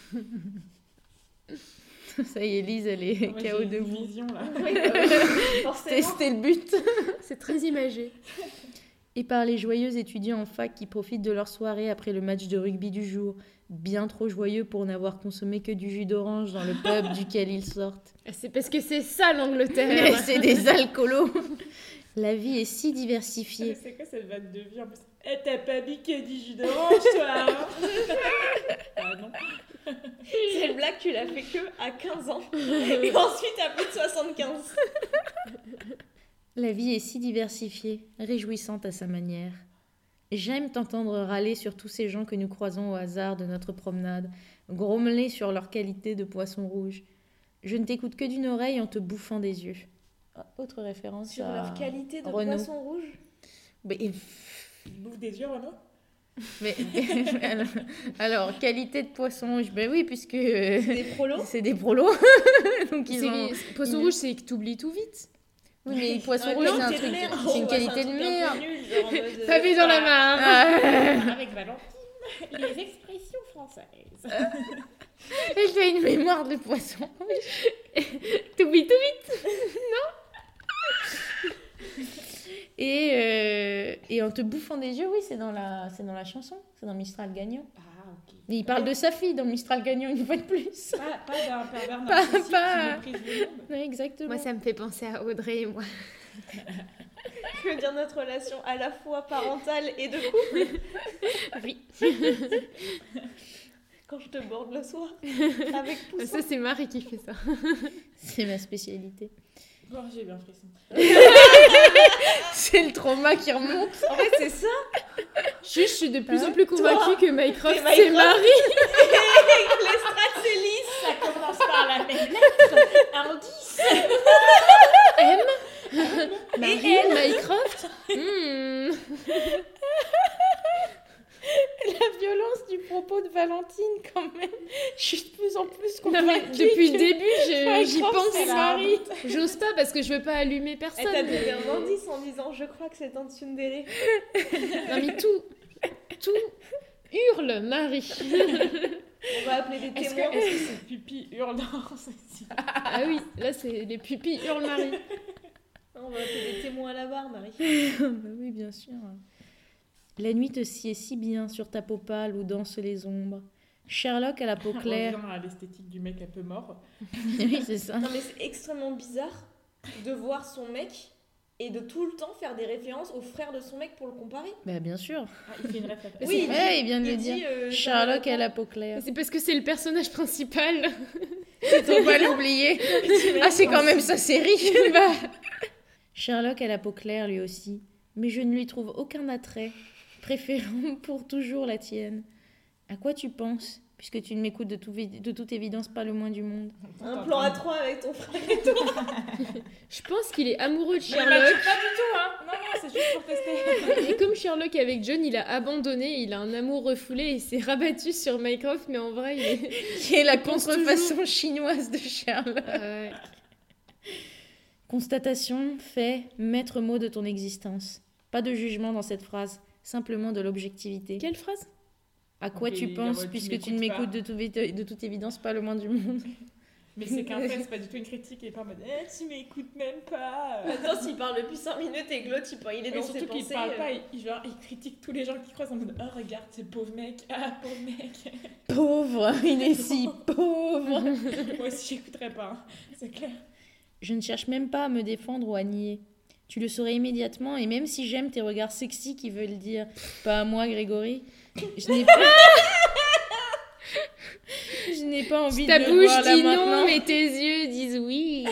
Ça y est, Lise, elle est Moi, KO j'ai une debout. vision, là. Forcément. C'était le but. C'est très imagé. Et par les joyeux étudiants en fac qui profitent de leur soirée après le match de rugby du jour, bien trop joyeux pour n'avoir consommé que du jus d'orange dans le pub duquel ils sortent. C'est parce que c'est ça Mais l'Angleterre. c'est des alcoolos. La vie est si diversifiée. C'est quoi cette vanne de vie en plus? Eh, t'as pas piqué du jus d'orange, toi, hein? Ah non. Cette blague, tu l'as fait que à 15 ans. Et ensuite, à plus de 75. La vie est si diversifiée, réjouissante à sa manière. J'aime t'entendre râler sur tous ces gens que nous croisons au hasard de notre promenade, grommeler sur leur qualité de poisson rouge. Je ne t'écoute que d'une oreille en te bouffant des yeux. Autre référence Sur à leur qualité de Renaud. poisson rouge. Mais, Bouffe des yeux, Renaud? mais- alors, qualité de poisson rouge, ben oui, puisque C'est des prolos. c'est des prolos. Donc ils ont... Poisson rouge, c'est que t'oublies tout vite. Oui, mais poisson Ah, rouge, c'est un qualité de truc, merde. c'est une Ouais, qualité un de truc un peu merde. nul, genre en mode, Pas vu dans la mare. Ah, Avec Valentine, les expressions françaises. j'ai une mémoire de poisson. T'oublies tout vite. Et en te bouffant des yeux, oui, c'est dans la chanson, c'est dans Mistral gagnant. Ah, ok. Et il parle de sa fille dans Mistral gagnant une fois de plus. Pas d'un pervers Pas- narcissique pas- qui méprise le monde. Oui, exactement. Moi, ça me fait penser à Audrey et moi. Je veux dire notre relation à la fois parentale et de couple. Oui. Quand je te borde le soir. Avec poussin. Ça, c'est Marie qui fait ça. C'est ma spécialité. Oh, j'ai bien frisson. C'est le trauma qui remonte. En fait, c'est ça. Je suis de plus Hein en plus convaincue que Mycroft, Mycroft. c'est Marie. Les strates, c'est lisse. Ça commence par la même lettre. Indice. Marie, Mycroft. La violence du propos de Valentine, quand même. Je suis de plus en plus Non, mais convaincue. depuis le que- début, j'y Mycroft, pense. c'est Marie. J'ose pas parce que je veux pas allumer Elle t'a personne. donné un indice en disant je crois que c'est un tsundere. Non, mais tout hurle Marie. On va appeler des Est-ce témoins. que c'est Pupi hurle dans ceci? Ah oui, là, c'est les pupilles hurlent Marie. On va appeler des témoins à la barre, Marie. Bah oui, bien sûr. La nuit te sied si bien sur ta peau pâle où dansent les ombres. Sherlock à la peau On claire. revient à l'esthétique du mec un peu mort. Oui, c'est ça. Non mais c'est extrêmement bizarre de voir son mec et de tout le temps faire des références au frère de son mec pour le comparer. Bah bien sûr. Ah, il fait une référence. Oui, Ouais, il vient de le il dit, dire. dans Sherlock le- à la peau claire. C'est parce que c'est le personnage principal. Faut pas l'oublier. Ah, c'est quand même sa série. Bah. Sherlock a la peau claire lui aussi, mais je ne lui trouve aucun attrait, préférant pour toujours la tienne. À quoi tu penses? puisque tu ne m'écoutes de toute évidence pas le moins du monde. Un plan à 3 avec ton frère. Je pense qu'il est amoureux de Mais pas Sherlock. du tout, hein. Non, c'est juste pour tester. Et comme Sherlock avec John, il a abandonné, il a un amour refoulé et il s'est rabattu sur Mycroft, mais en vrai, il est... Qui est la pense contrefaçon chinoise de Sherlock. Ouais. Constatation, fait, maître mot de ton existence. Pas de jugement dans cette phrase, simplement de l'objectivité. Quelle phrase? À quoi Ok, tu la penses, voix, tu puisque tu ne m'écoutes m'écoutes de toute évidence pas le moins du monde. Mais c'est qu'un fait, c'est pas du tout une critique, il est pas en mode tu m'écoutes même pas. Attends, s'il parle depuis 5 minutes et que l'autre il est Mais dans ses surtout qu'il pensées. parle pas, il critique tous les gens qui croisent en mode oh regarde ce pauvre mec, ah pauvre mec. Pauvre, il est si pauvre. Moi aussi j'écouterais pas, hein, c'est clair. Je ne cherche même pas à me défendre ou à nier. Tu le saurais immédiatement, et même si j'aime tes regards sexy qui veulent dire pas à moi, Grégory, je n'ai pas. Je n'ai pas envie Ta de le bouche voir là dit maintenant. non, mais tes yeux disent oui.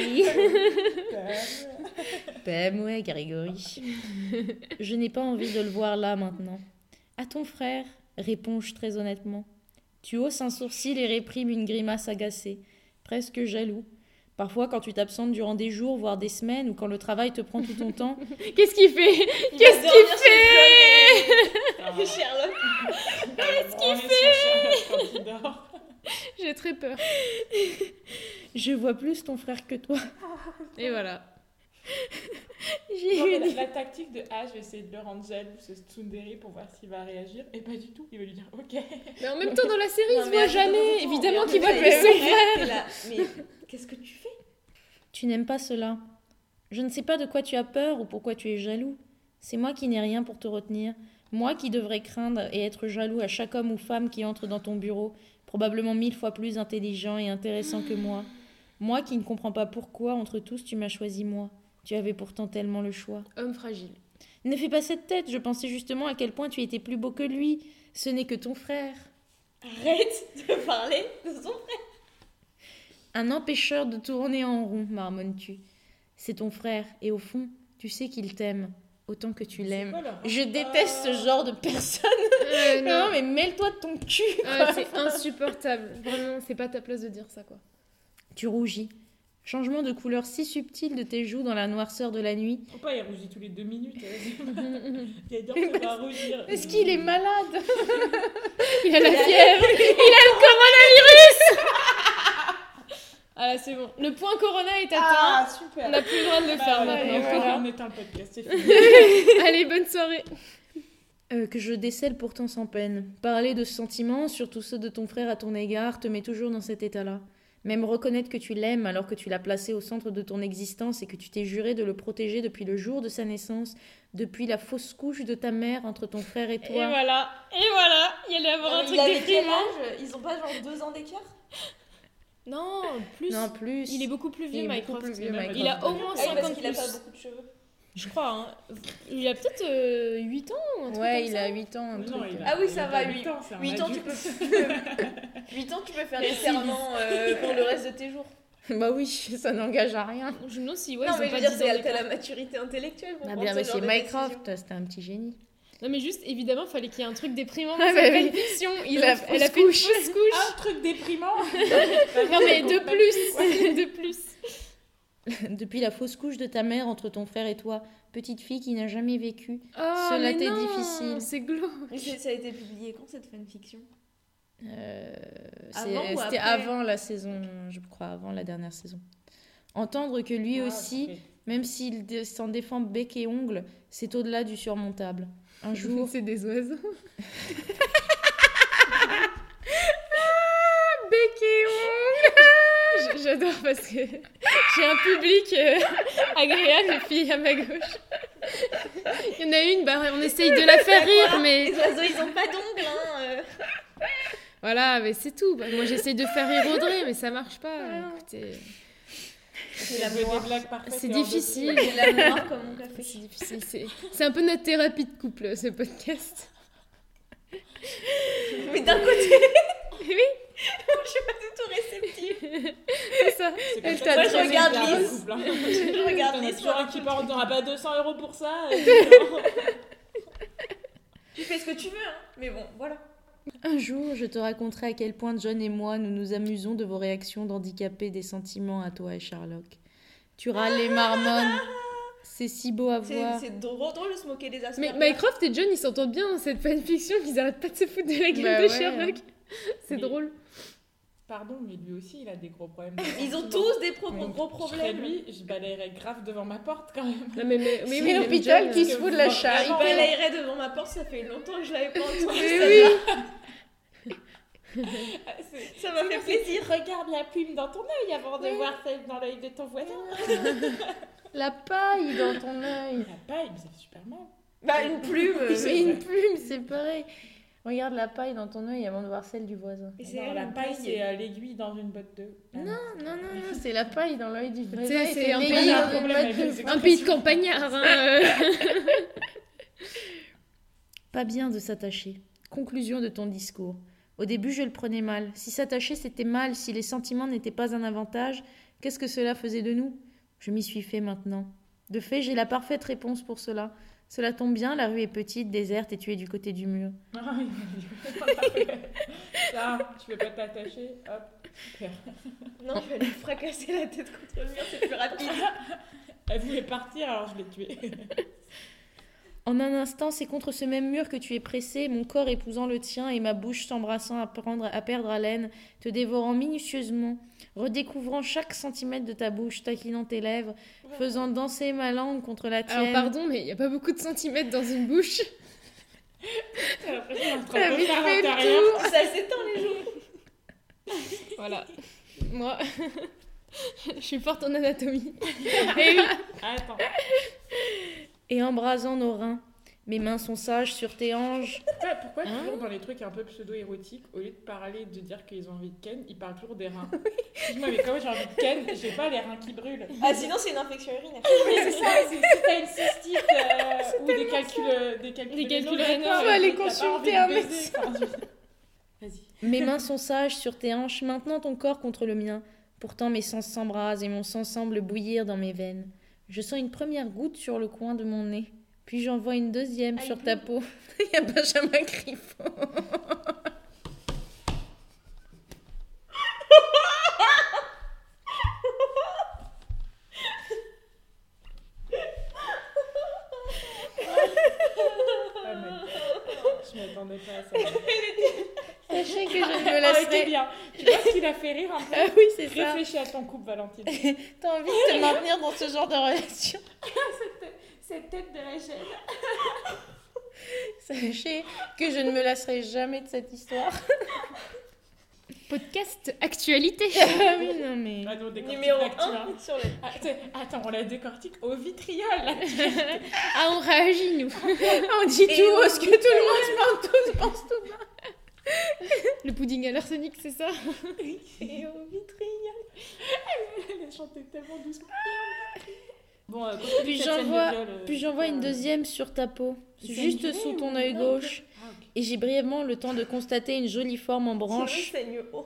Pas moi, Grégory. Je n'ai pas envie de le voir là maintenant. À ton frère, réponds-je très honnêtement. Tu hausses un sourcil et réprimes une grimace agacée, presque jaloux. Parfois, quand tu t'absentes durant des jours, voire des semaines, ou quand le travail te prend tout ton temps, Qu'est-ce qu'il fait? Qu'est-ce fait fait Sherlock. Qu'est-ce qu'il fait quand il dort? J'ai très peur. je vois plus ton frère que toi. Et voilà. J'ai Non, mais une... la tactique de je vais essayer de le rendre jaloux, ce tsundere, pour voir s'il va réagir, et pas du tout, il va lui dire ok. Mais en même temps, dans la série, il Non, se mais voit attends, jamais. attends, Évidemment mais qu'il voit attends, plus mais son t'es frère. là. Mais qu'est-ce que tu fais? Tu n'aimes pas cela. Je ne sais pas de quoi tu as peur ou pourquoi tu es jaloux. C'est moi qui n'ai rien pour te retenir. Moi qui devrais craindre et être jaloux à chaque homme ou femme qui entre dans ton bureau, probablement 1000 fois plus intelligent et intéressant que moi. Moi qui ne comprends pas pourquoi, entre tous, tu m'as choisi moi. Tu avais pourtant tellement le choix. Homme fragile. Ne fais pas cette tête, je pensais justement à quel point tu étais plus beau que lui. Ce n'est que ton frère. Arrête de parler de son frère. Un empêcheur de tourner en rond, marmonnes-tu. C'est ton frère, et au fond, tu sais qu'il t'aime, autant que tu l'aimes. Je déteste ce genre de personne. Non, mais mêle-toi de ton cul. C'est insupportable. Vraiment, c'est pas ta place de dire ça, quoi. Tu rougis. Changement de couleur si subtil de tes joues dans la noirceur de la nuit. Pourquoi il rougit tous les 2 minutes? Il adore se faire rougir. Est-ce qu'il est malade? Il a la fièvre. Il a le coronavirus. Ah là, c'est bon. Le point corona est atteint. Super. On n'a plus le droit de le faire maintenant. Voilà. On éteint le podcast, c'est fini. Allez, bonne soirée. Que je décèle pourtant sans peine. Parler de sentiments, surtout ceux de ton frère à ton égard, te met toujours dans cet état-là. Même reconnaître que tu l'aimes alors que tu l'as placé au centre de ton existence et que tu t'es juré de le protéger depuis le jour de sa naissance, depuis la fausse couche de ta mère entre ton frère et toi. Et voilà, il allait avoir un truc Il avait quel déprimant. âge? Ils ont pas genre 2 ans d'écart? Non, plus. Non, plus. Il est beaucoup plus vieux, Il est beaucoup Mycroft. plus vieux, Mycroft. Il a au moins Ah oui, 50 parce qu'il a plus. pas beaucoup de cheveux. Je crois, hein. Il a peut-être 8 ans ou un truc Ouais, comme il ça. a 8 ans, un Non, truc. il a- Ah oui, il ça a va, pas 8 8 ans, c'est un 8 ans, tu adulte. peux 8 ans, tu peux faire des serments pour le reste de tes jours. Bah oui, ça n'engage à rien. Je me demande si, ouais, non, ils mais ont je pas veux dire, 10 ans t'as d'écart. la maturité intellectuelle pour Ah prendre bien, ce mais genre c'est de Mycroft, décision. c'était un petit génie. Non, mais juste, évidemment, fallait qu'il y ait un truc déprimant. Ah, dans bah cette oui. fiction. Elle a Elle a fait fausse une couche. fausse couche. Un truc déprimant. Non, mais de plus. De plus. Depuis la fausse couche de ta mère entre ton frère et toi, petite fille qui n'a jamais vécu, Oh, Cela mais t'est non, difficile. C'est glauque. Mais ça a été publié quand cette fanfiction? c'était ou après avant la saison, je crois, avant la dernière saison. Entendre que lui Ah, aussi, ok. même s'il s'en défend bec et ongle, c'est au-delà du surmontable. Un jour, C'est des oiseaux. bec et J'adore parce que j'ai un public agréable et puis à ma gauche. Il y en a une, bah, on essaye de la faire rire, mais Les oiseaux, ils ont pas d'ongles, hein. voilà, mais c'est tout. Bah, moi, j'essaye de faire rire Audrey, mais ça marche pas. Écoutez, C'est la Elle veut mémoire. des blagues parfaites c'est et hors de difficile. C'est la mémoire comme mon café. C'est difficile. C'est un peu notre thérapie de couple, ce podcast. Mais d'un côté, Oui, je suis pas du tout réceptive. c'est ça. C'est comme Elle ça t'a que Moi, ça je se regarde passe, Lise. le couple, hein. Je regarde T'en as les toujours un soirs. qui part en disant ah bah 200 € pour ça. Tu fais ce que tu veux, hein. Mais bon, voilà. Un jour, je te raconterai à quel point John et moi, nous nous amusons de vos réactions d'handicapés des sentiments à toi et Sherlock. Tu râles les marmonnes. C'est si beau à voir. C'est drôle de se moquer des Mais Asperger. Mycroft et John, ils s'entendent bien dans cette fanfiction, qu'ils arrêtent pas de se foutre de la gueule Bah de ouais. Sherlock. C'est Mais- drôle. Pardon, mais lui aussi, il a des gros problèmes. Ils ont tous des Donc, gros je serais problèmes. lui, je balayerais grave devant ma porte quand même. Non, mais C'est oui, même l'hôpital John, qui se fout de la Vraiment. charité. Il balayerait devant ma porte, ça fait longtemps que je l'avais pas entendu. Mais celle-là. Ah, c'est- Ça m'a fait plaisir. Regarde la plume dans ton œil avant de voir celle dans l'œil de ton voisin. La paille dans ton œil. La paille, mais ça fait super mal. Bah, une plume. Mais une plume, c'est pareil. Regarde la paille dans ton œil avant de voir celle du voisin. Et Non, la paille, c'est l'aiguille dans une botte d'œuf. Non, c'est la paille dans l'œil du voisin. C'est- et c'est un l'aiguille pays- dans un une problème botte avec de les foin. Un pays de campagnards, hein. Pas bien de s'attacher. Conclusion de ton discours. Au début, je le prenais mal. Si s'attacher, c'était mal, si les sentiments n'étaient pas un avantage, qu'est-ce que cela faisait de nous ? Je m'y suis fait maintenant. De fait, j'ai la parfaite réponse pour cela. Cela tombe bien, la rue est petite, déserte et tu es du côté du mur. Ah, ça, tu veux pas t'attacher, hop, super. Non, je vais lui fracasser la tête contre le mur, c'est plus rapide. Elle voulait partir, alors je l'ai tuée. En un instant, c'est contre ce même mur que tu es pressé, mon corps épousant le tien et ma bouche s'embrassant à perdre haleine, te dévorant minutieusement, redécouvrant chaque centimètre de ta bouche, taquinant tes lèvres, faisant danser ma langue contre la tienne. Alors pardon, mais il n'y a pas beaucoup de centimètres dans une bouche. T'as l'impression d'être T'as en train de vite faire fait le l'intérieur. Ça s'étend les jours. Voilà. Moi, je suis forte en anatomie. Et oui. Attends. Et embrasant nos reins, mes mains sont sages sur tes hanches. Pourquoi toujours dans les trucs un peu pseudo-érotiques, au lieu de parler, de dire qu'ils ont envie de ken, ils parlent toujours des reins. Dis-moi, mais comment j'ai envie de ken, j'ai pas les reins qui brûlent. Ah, sinon, c'est une infection urinaire. Oui, c'est ça, si t'as une cystite ou des calculs rénaux, faut aller consulter un médecin. Vas-y. Mes mains sont sages sur tes hanches, maintenant ton corps contre le mien. Pourtant mes sens s'embrasent et mon sang semble bouillir dans mes veines. Je sens une première goutte sur le coin de mon nez, puis j'en vois une deuxième sur ta peau. Il y a Benjamin Griffon. Ah, mais je m'attendais pas à ça. Sachez que je ne me Oh, était lasserai. bien. Tu vois ce qui l'a fait rire un peu? Ah oui, c'est ça. Réfléchis à ton couple, Valentine. T'as envie de te maintenir dans ce genre de relation. Cette tête de la chaîne. Sachez que je ne me lasserai jamais de cette histoire. Podcast actualité. Ah oui, non mais... Ah, non, décortique Numéro l'actu, 1 hein. sur les... Attends, on la décortique au vitriol. Là. Ah, on réagit, nous. On dit tout haut ce que tout le monde pense tout bas. Le pudding à l'arsenic, c'est ça? Et au vitriol. Elle a chanté tellement doucement. Bon, Puis j'envoie une deuxième sur ta peau, Il juste saigne sous du ton nez, œil ou- gauche. Ah, ok. Et j'ai brièvement le temps de constater une jolie forme en branche. Sinon, il saigne haut.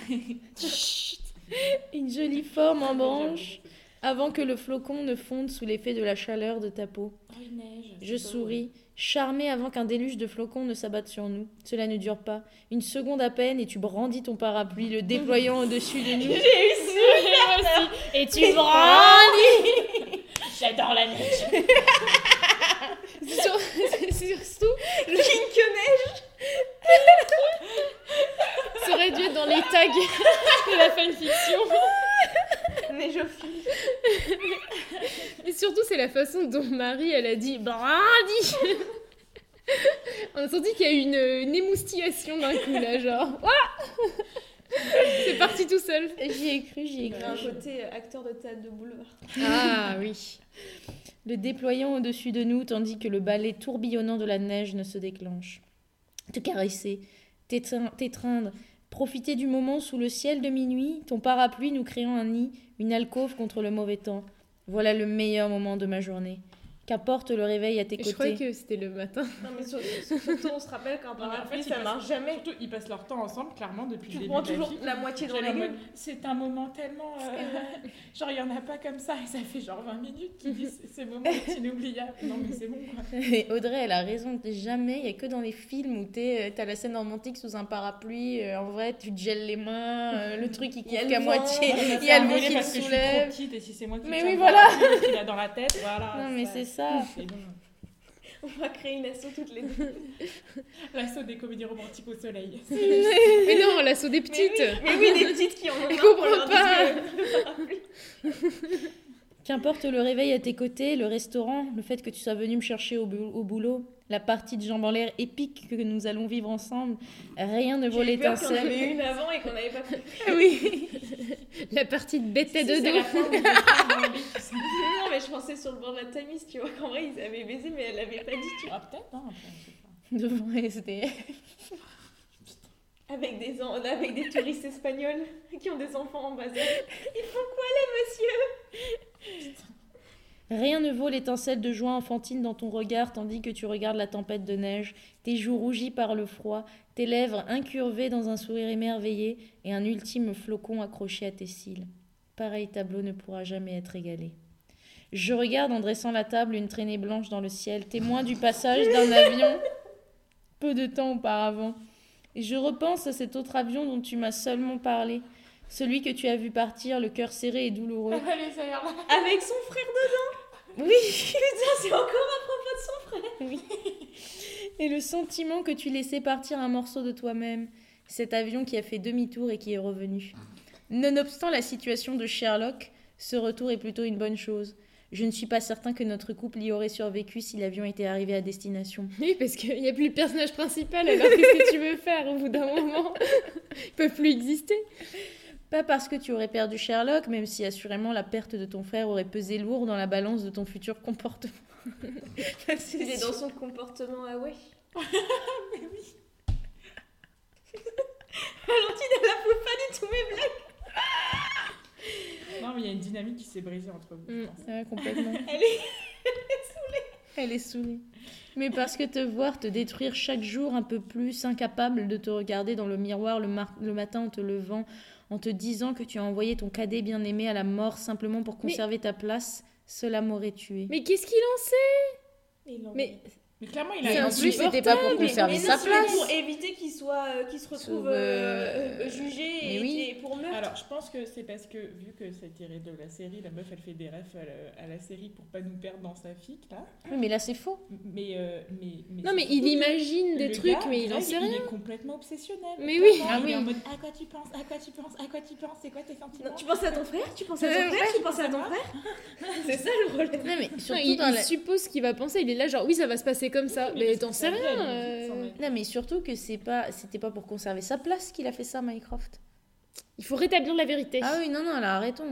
Une jolie forme en branche avant que le flocon ne fonde sous l'effet de la chaleur de ta peau. Oh, il neige. Je souris, charmée avant qu'un déluge de flocons ne s'abatte sur nous. Cela ne dure pas. Une seconde à peine et tu brandis ton parapluie, le déployant au-dessus de nous. Et tu brandis. J'adore la neige. Surtout, Link neige. ça aurait dû être dans les tags de la fanfiction. Neigeophile. Mais surtout, c'est la façon dont Marie, elle a dit brandi. On a senti qu'il y a eu une émoustillation d'un coup, là, genre. Ouah. C'est parti tout seul. J'y ai cru, j'y ai Il y a un cru. côté acteur de théâtre de boulevard. Ah oui. Le déployant au-dessus de nous tandis que le balai tourbillonnant de la neige ne se déclenche. Te caresser, t'étreindre, profiter du moment sous le ciel de minuit, ton parapluie nous créant un nid, une alcôve contre le mauvais temps. Voilà le meilleur moment de ma journée. Qu'apporte le réveil à tes Et je croyais côtés. que c'était le matin. Non, mais surtout, on se rappelle qu'un Non, mais en fait, parapluie, ils ça passent- marche jamais. Surtout, ils passent leur temps ensemble, clairement, depuis Tu le début prends de la toujours vie. la moitié dans J'ai la la gueule. mode, c'est un moment tellement... genre, il n'y en a pas comme ça, et ça fait genre 20 minutes qu'ils disent ce moment est inoubliable. Non, mais c'est bon, quoi. Et Audrey, elle a raison. Jamais, il n'y a que dans les films où t'as la scène romantique sous un parapluie. En vrai, tu te gèles les mains, le truc il Il y a couvre le qu'à vent, moitié. ça Il y a le Annulé vent qui le parce que je suis soulève. trop petite, et si c'est moi qui Mais tiens oui, le voilà. parapluie qu'il a dans la tête, voilà. Non, mais c'est ça. C'est bon. On va créer une asso toutes les deux. L'assaut des comédies romantiques au soleil. Mais non, l'assaut des petites. Mais oui, des petites qui en ont Je marre pour comprends leur pas. dire le parapluie. Qu'importe le réveil à tes côtés, le restaurant, le fait que tu sois venu me chercher au boulot, la partie de jambes en l'air épique que nous allons vivre ensemble, rien ne vaut J'ai eu peur qu'il y en avait l'étincelle. une avant et qu'on n'avait pas compris. Oui. La partie de bête à Si, c'est dodo. la fin où ils étaient dans le lit, tu sais. Non, mais je pensais sur le bord de la Tamise, tu vois, qu'en vrai, ils avaient baisé, mais elle l'avait pas dit, tu vois. Ah, peut-être, hein, après, je sais pas. Devant, et c'était... Avec des touristes espagnols qui ont des enfants en bas âge. Ils font quoi, les monsieur? Rien ne vaut l'étincelle de joie enfantine dans ton regard tandis que tu regardes la tempête de neige, tes joues rougies par le froid, tes lèvres incurvées dans un sourire émerveillé et un ultime flocon accroché à tes cils. Pareil tableau ne pourra jamais être égalé. Je regarde en dressant la table une traînée blanche dans le ciel, témoin du passage d'un avion peu de temps auparavant. Et je repense à cet autre avion dont tu m'as seulement parlé, celui que tu as vu partir, le cœur serré et douloureux. Allez, ça y est, là. Avec son frère dedans. Oui. Putain, c'est encore à propos de son frère. Et le sentiment que tu laissais partir un morceau de toi-même, cet avion qui a fait demi-tour et qui est revenu. Nonobstant la situation de Sherlock, ce retour est plutôt une bonne chose. Je ne suis pas certain que notre couple y aurait survécu si l'avion était arrivé à destination. Oui, parce qu'il n'y a plus le personnage principal, alors qu'est-ce que tu veux faire au bout d'un moment? Ils peuvent plus exister. Pas parce que tu aurais perdu Sherlock, même si assurément la perte de ton frère aurait pesé lourd dans la balance de ton futur comportement. Il est dans son comportement, ah ouais. Mais oui. Valentine, elle a pas du tout mes blagues. Non, mais il y a une dynamique qui s'est brisée entre vous, je pense. Ouais, complètement. Elle est Elle est saoulée. Mais parce que te voir te détruire chaque jour un peu plus, incapable de te regarder dans le miroir le matin en te levant, en te disant que tu as envoyé ton cadet bien-aimé à la mort simplement pour conserver ta place, cela m'aurait tué. Mais qu'est-ce qu'il en sait? Mais clairement, il C'est a un En plus, c'était pas pour conserver sa place. pour éviter qu'il se retrouve jugé mais et, oui. et pour meurtre. Alors, je pense que c'est parce que, vu que c'est tiré de la série, la meuf, elle fait des refs à la série pour pas nous perdre dans sa fic, là. Oui, mais là, c'est faux. Mais non, mais c'est il surtout imagine que des le trucs, gars, mais il en Greg, sait Il rien. est complètement obsessionnel. Mais oui. Clairement, Ah il est oui. en mode à quoi tu penses, à quoi tu penses, à quoi tu penses, c'est quoi tes sentiments? Non, tu penses à ton frère? Tu penses à ton frère? Tu penses à ton frère? C'est ça le problème. Non, mais Non, surtout il, dans il la... suppose qu'il va penser, il est là genre oui ça va se passer comme ça, Oui, mais parce t'en que sais sa vie, rien. elle est vite sans mec. Non, mais surtout que c'était pas pour conserver sa place qu'il a fait ça, Mycroft. Il faut rétablir la vérité. Ah oui, non, là, arrêtons.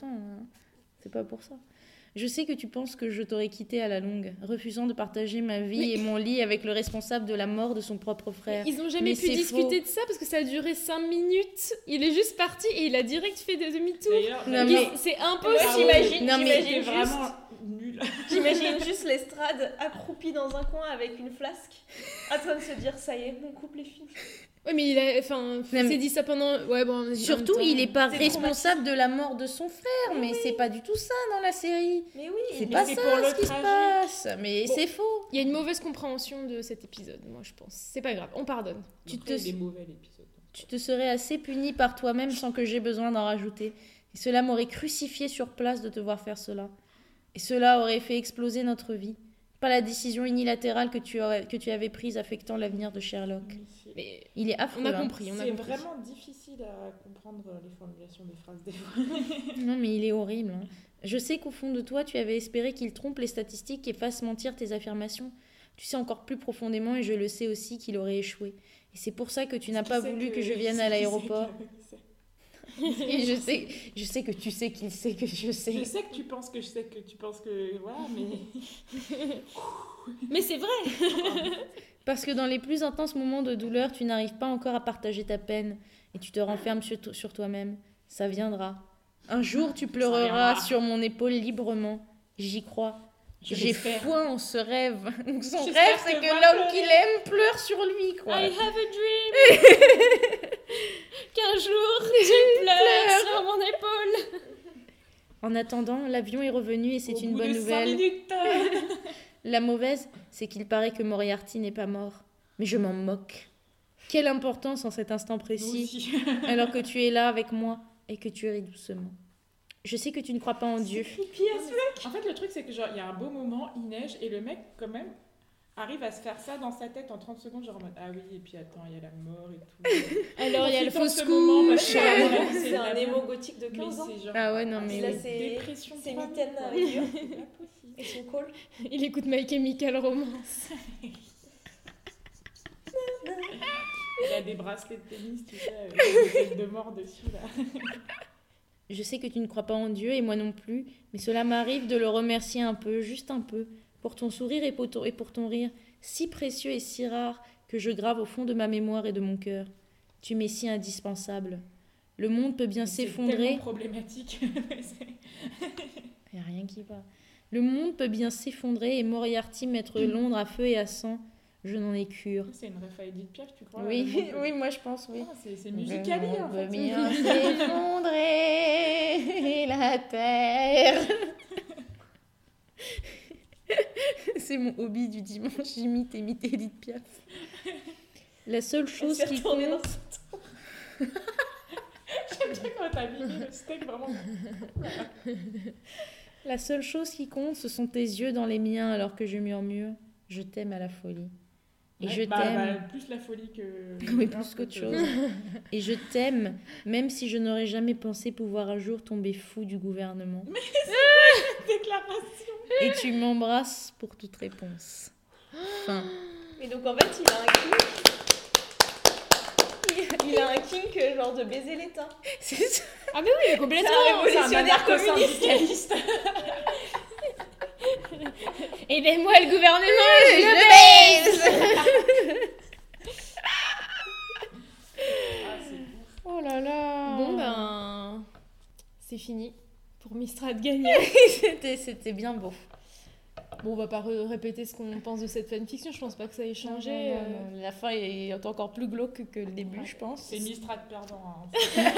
C'est pas pour ça. Je sais que tu penses que je t'aurais quitté à la longue, refusant de partager ma vie et mon lit avec le responsable de la mort de son propre frère. Ils ont jamais Mais pu c'est discuter faux. de ça parce que ça a duré 5 minutes. Il est juste parti et il a direct fait des demi-tours. D'ailleurs, Non, Il- mais- C'est Moi, impossible. Non, mais- c'était juste, vraiment nul. j'imagine juste l'estrade accroupie dans un coin avec une flasque, en train de se dire ça y est, mon couple est fini. Ouais, mais il a, enfin, il mais- s'est dit ça pendant. Ouais, bon. en même Surtout, temps, il est pas c'est responsable de la mort de son frère, mais c'est pas du tout ça dans la série. Mais oui, C'est mais pas c'est ça pour le ce qui se tragique. passe. Mais Bon. c'est faux. Il y a une mauvaise compréhension de cet épisode, moi je pense. C'est pas grave, on pardonne. Tu Après, te- il est mauvais l'épisode. Tu te serais assez puni par toi-même sans que j'aie besoin d'en rajouter. Et cela m'aurait crucifié sur place de te voir faire cela. Et cela aurait fait exploser notre vie. Pas la décision unilatérale que tu avais prise affectant l'avenir de Sherlock. Mais Il est affreux. on a hein. compris, on a C'est compris. vraiment difficile à comprendre les formulations des phrases des fois. Non, mais il est horrible. hein. Je sais qu'au fond de toi, tu avais espéré qu'il trompe les statistiques et fasse mentir tes affirmations. Tu sais encore plus profondément, et je le sais aussi, qu'il aurait échoué. Et c'est pour ça que tu n'as pas voulu que je vienne à l'aéroport. Et je sais que tu sais qu'il sait que je sais. Je sais que tu penses que je sais que tu penses que... Voilà, mais... Mais c'est vrai. Parce que dans les plus intenses moments de douleur, tu n'arrives pas encore à partager ta peine et tu te renfermes sur toi-même. Ça viendra. Un jour, tu pleureras viendra. sur mon épaule librement. J'y crois. J'ai l'espère. foi en ce rêve. Donc son J'espère rêve, c'est que que va l'homme pleurer. qu'il aime pleure sur lui, quoi. I have a dream qu'un jour tu pleures sur mon épaule. En attendant, l'avion est revenu et c'est Au une bout bonne de 5 nouvelle. minutes. La mauvaise, c'est qu'il paraît que Moriarty n'est pas mort. Mais je m'en moque. Quelle importance en cet instant Nous précis, aussi. alors que tu es là avec moi et que tu ris doucement. Je sais que tu ne crois pas en Dieu. En fait, le truc, c'est que genre, il y a un beau moment, il neige, et le mec, quand même, arrive à se faire ça dans sa tête en 30 secondes, genre en mode ah oui, et puis attends, il y a la mort et tout. Alors il y a le Profitons de fausse ce moment, parce couche. que vraiment, C'est un la- émo gothique de Mais 15 ans. c'est genre. Ah ouais, non mais Là, oui. c'est Dépression. c'est 3000, mitaine quoi. avec eux. C'est pas possible. Et son call. Il écoute My Chemical Romance. Il a des bracelets de tennis, tu sais, avec des têtes de mort dessus, là. Je sais que tu ne crois pas en Dieu et moi non plus, mais cela m'arrive de le remercier un peu, juste un peu, pour ton sourire et pour ton rire, si précieux et si rare que je grave au fond de ma mémoire et de mon cœur. Tu m'es si indispensable. Le monde peut bien C'est s'effondrer. tellement problématique. Y a rien qui va. Le monde peut bien s'effondrer et Moriarty mettre Londres à feu et à sang. Je n'en ai cure. C'est une ref à Edith Piaf, tu crois? Oui, le monde peut- oui, moi je pense, oui. Ah, c'est musicali, en peut fait. bien s'effondrer la terre. C'est mon hobby du dimanche, j'imite Edith Piaf. La seule chose qui compte, J'aime bien quand t'as mis le steak vraiment. la seule chose qui compte, ce sont tes yeux dans les miens alors que je murmure « Je t'aime à la folie ». Et je t'aime. Plus la folie que. Oui, plus qu'autre chose. Et je t'aime, même si je n'aurais jamais pensé pouvoir un jour tomber fou du gouvernement. Déclaration. Et tu m'embrasses pour toute réponse. Fin. Mais donc en fait, il a un kink. Il a un kink genre de baiser l'État. C'est ça. Ah mais oui, complètement. C'est un révolutionnaire communiste. Syndicaliste. Aidez-moi le gouvernement, je le baise. Ah, c'est ouf. Oh là là. Bon ben, c'est fini pour Mistrad gagnant. C'était bien beau. Bon, on va pas répéter ce qu'on pense de cette fanfiction, je pense pas que ça ait changé. Non. La fin est encore plus glauque que le début, je pense. C'est Mistrad perdant. Hein.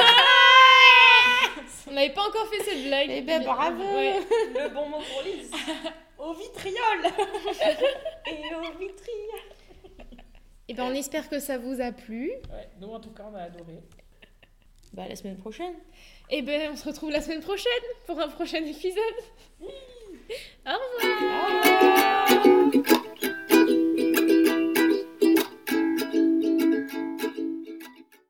On n'avait pas encore fait cette blague. Eh ben, bravo. Ouais. Le bon mot pour Lise. Au vitriol. Et au vitriol. Et ben on espère que ça vous a plu. Ouais, nous en tout cas, on a adoré. Bah, la semaine prochaine. Et ben on se retrouve la semaine prochaine pour un prochain épisode. Au revoir.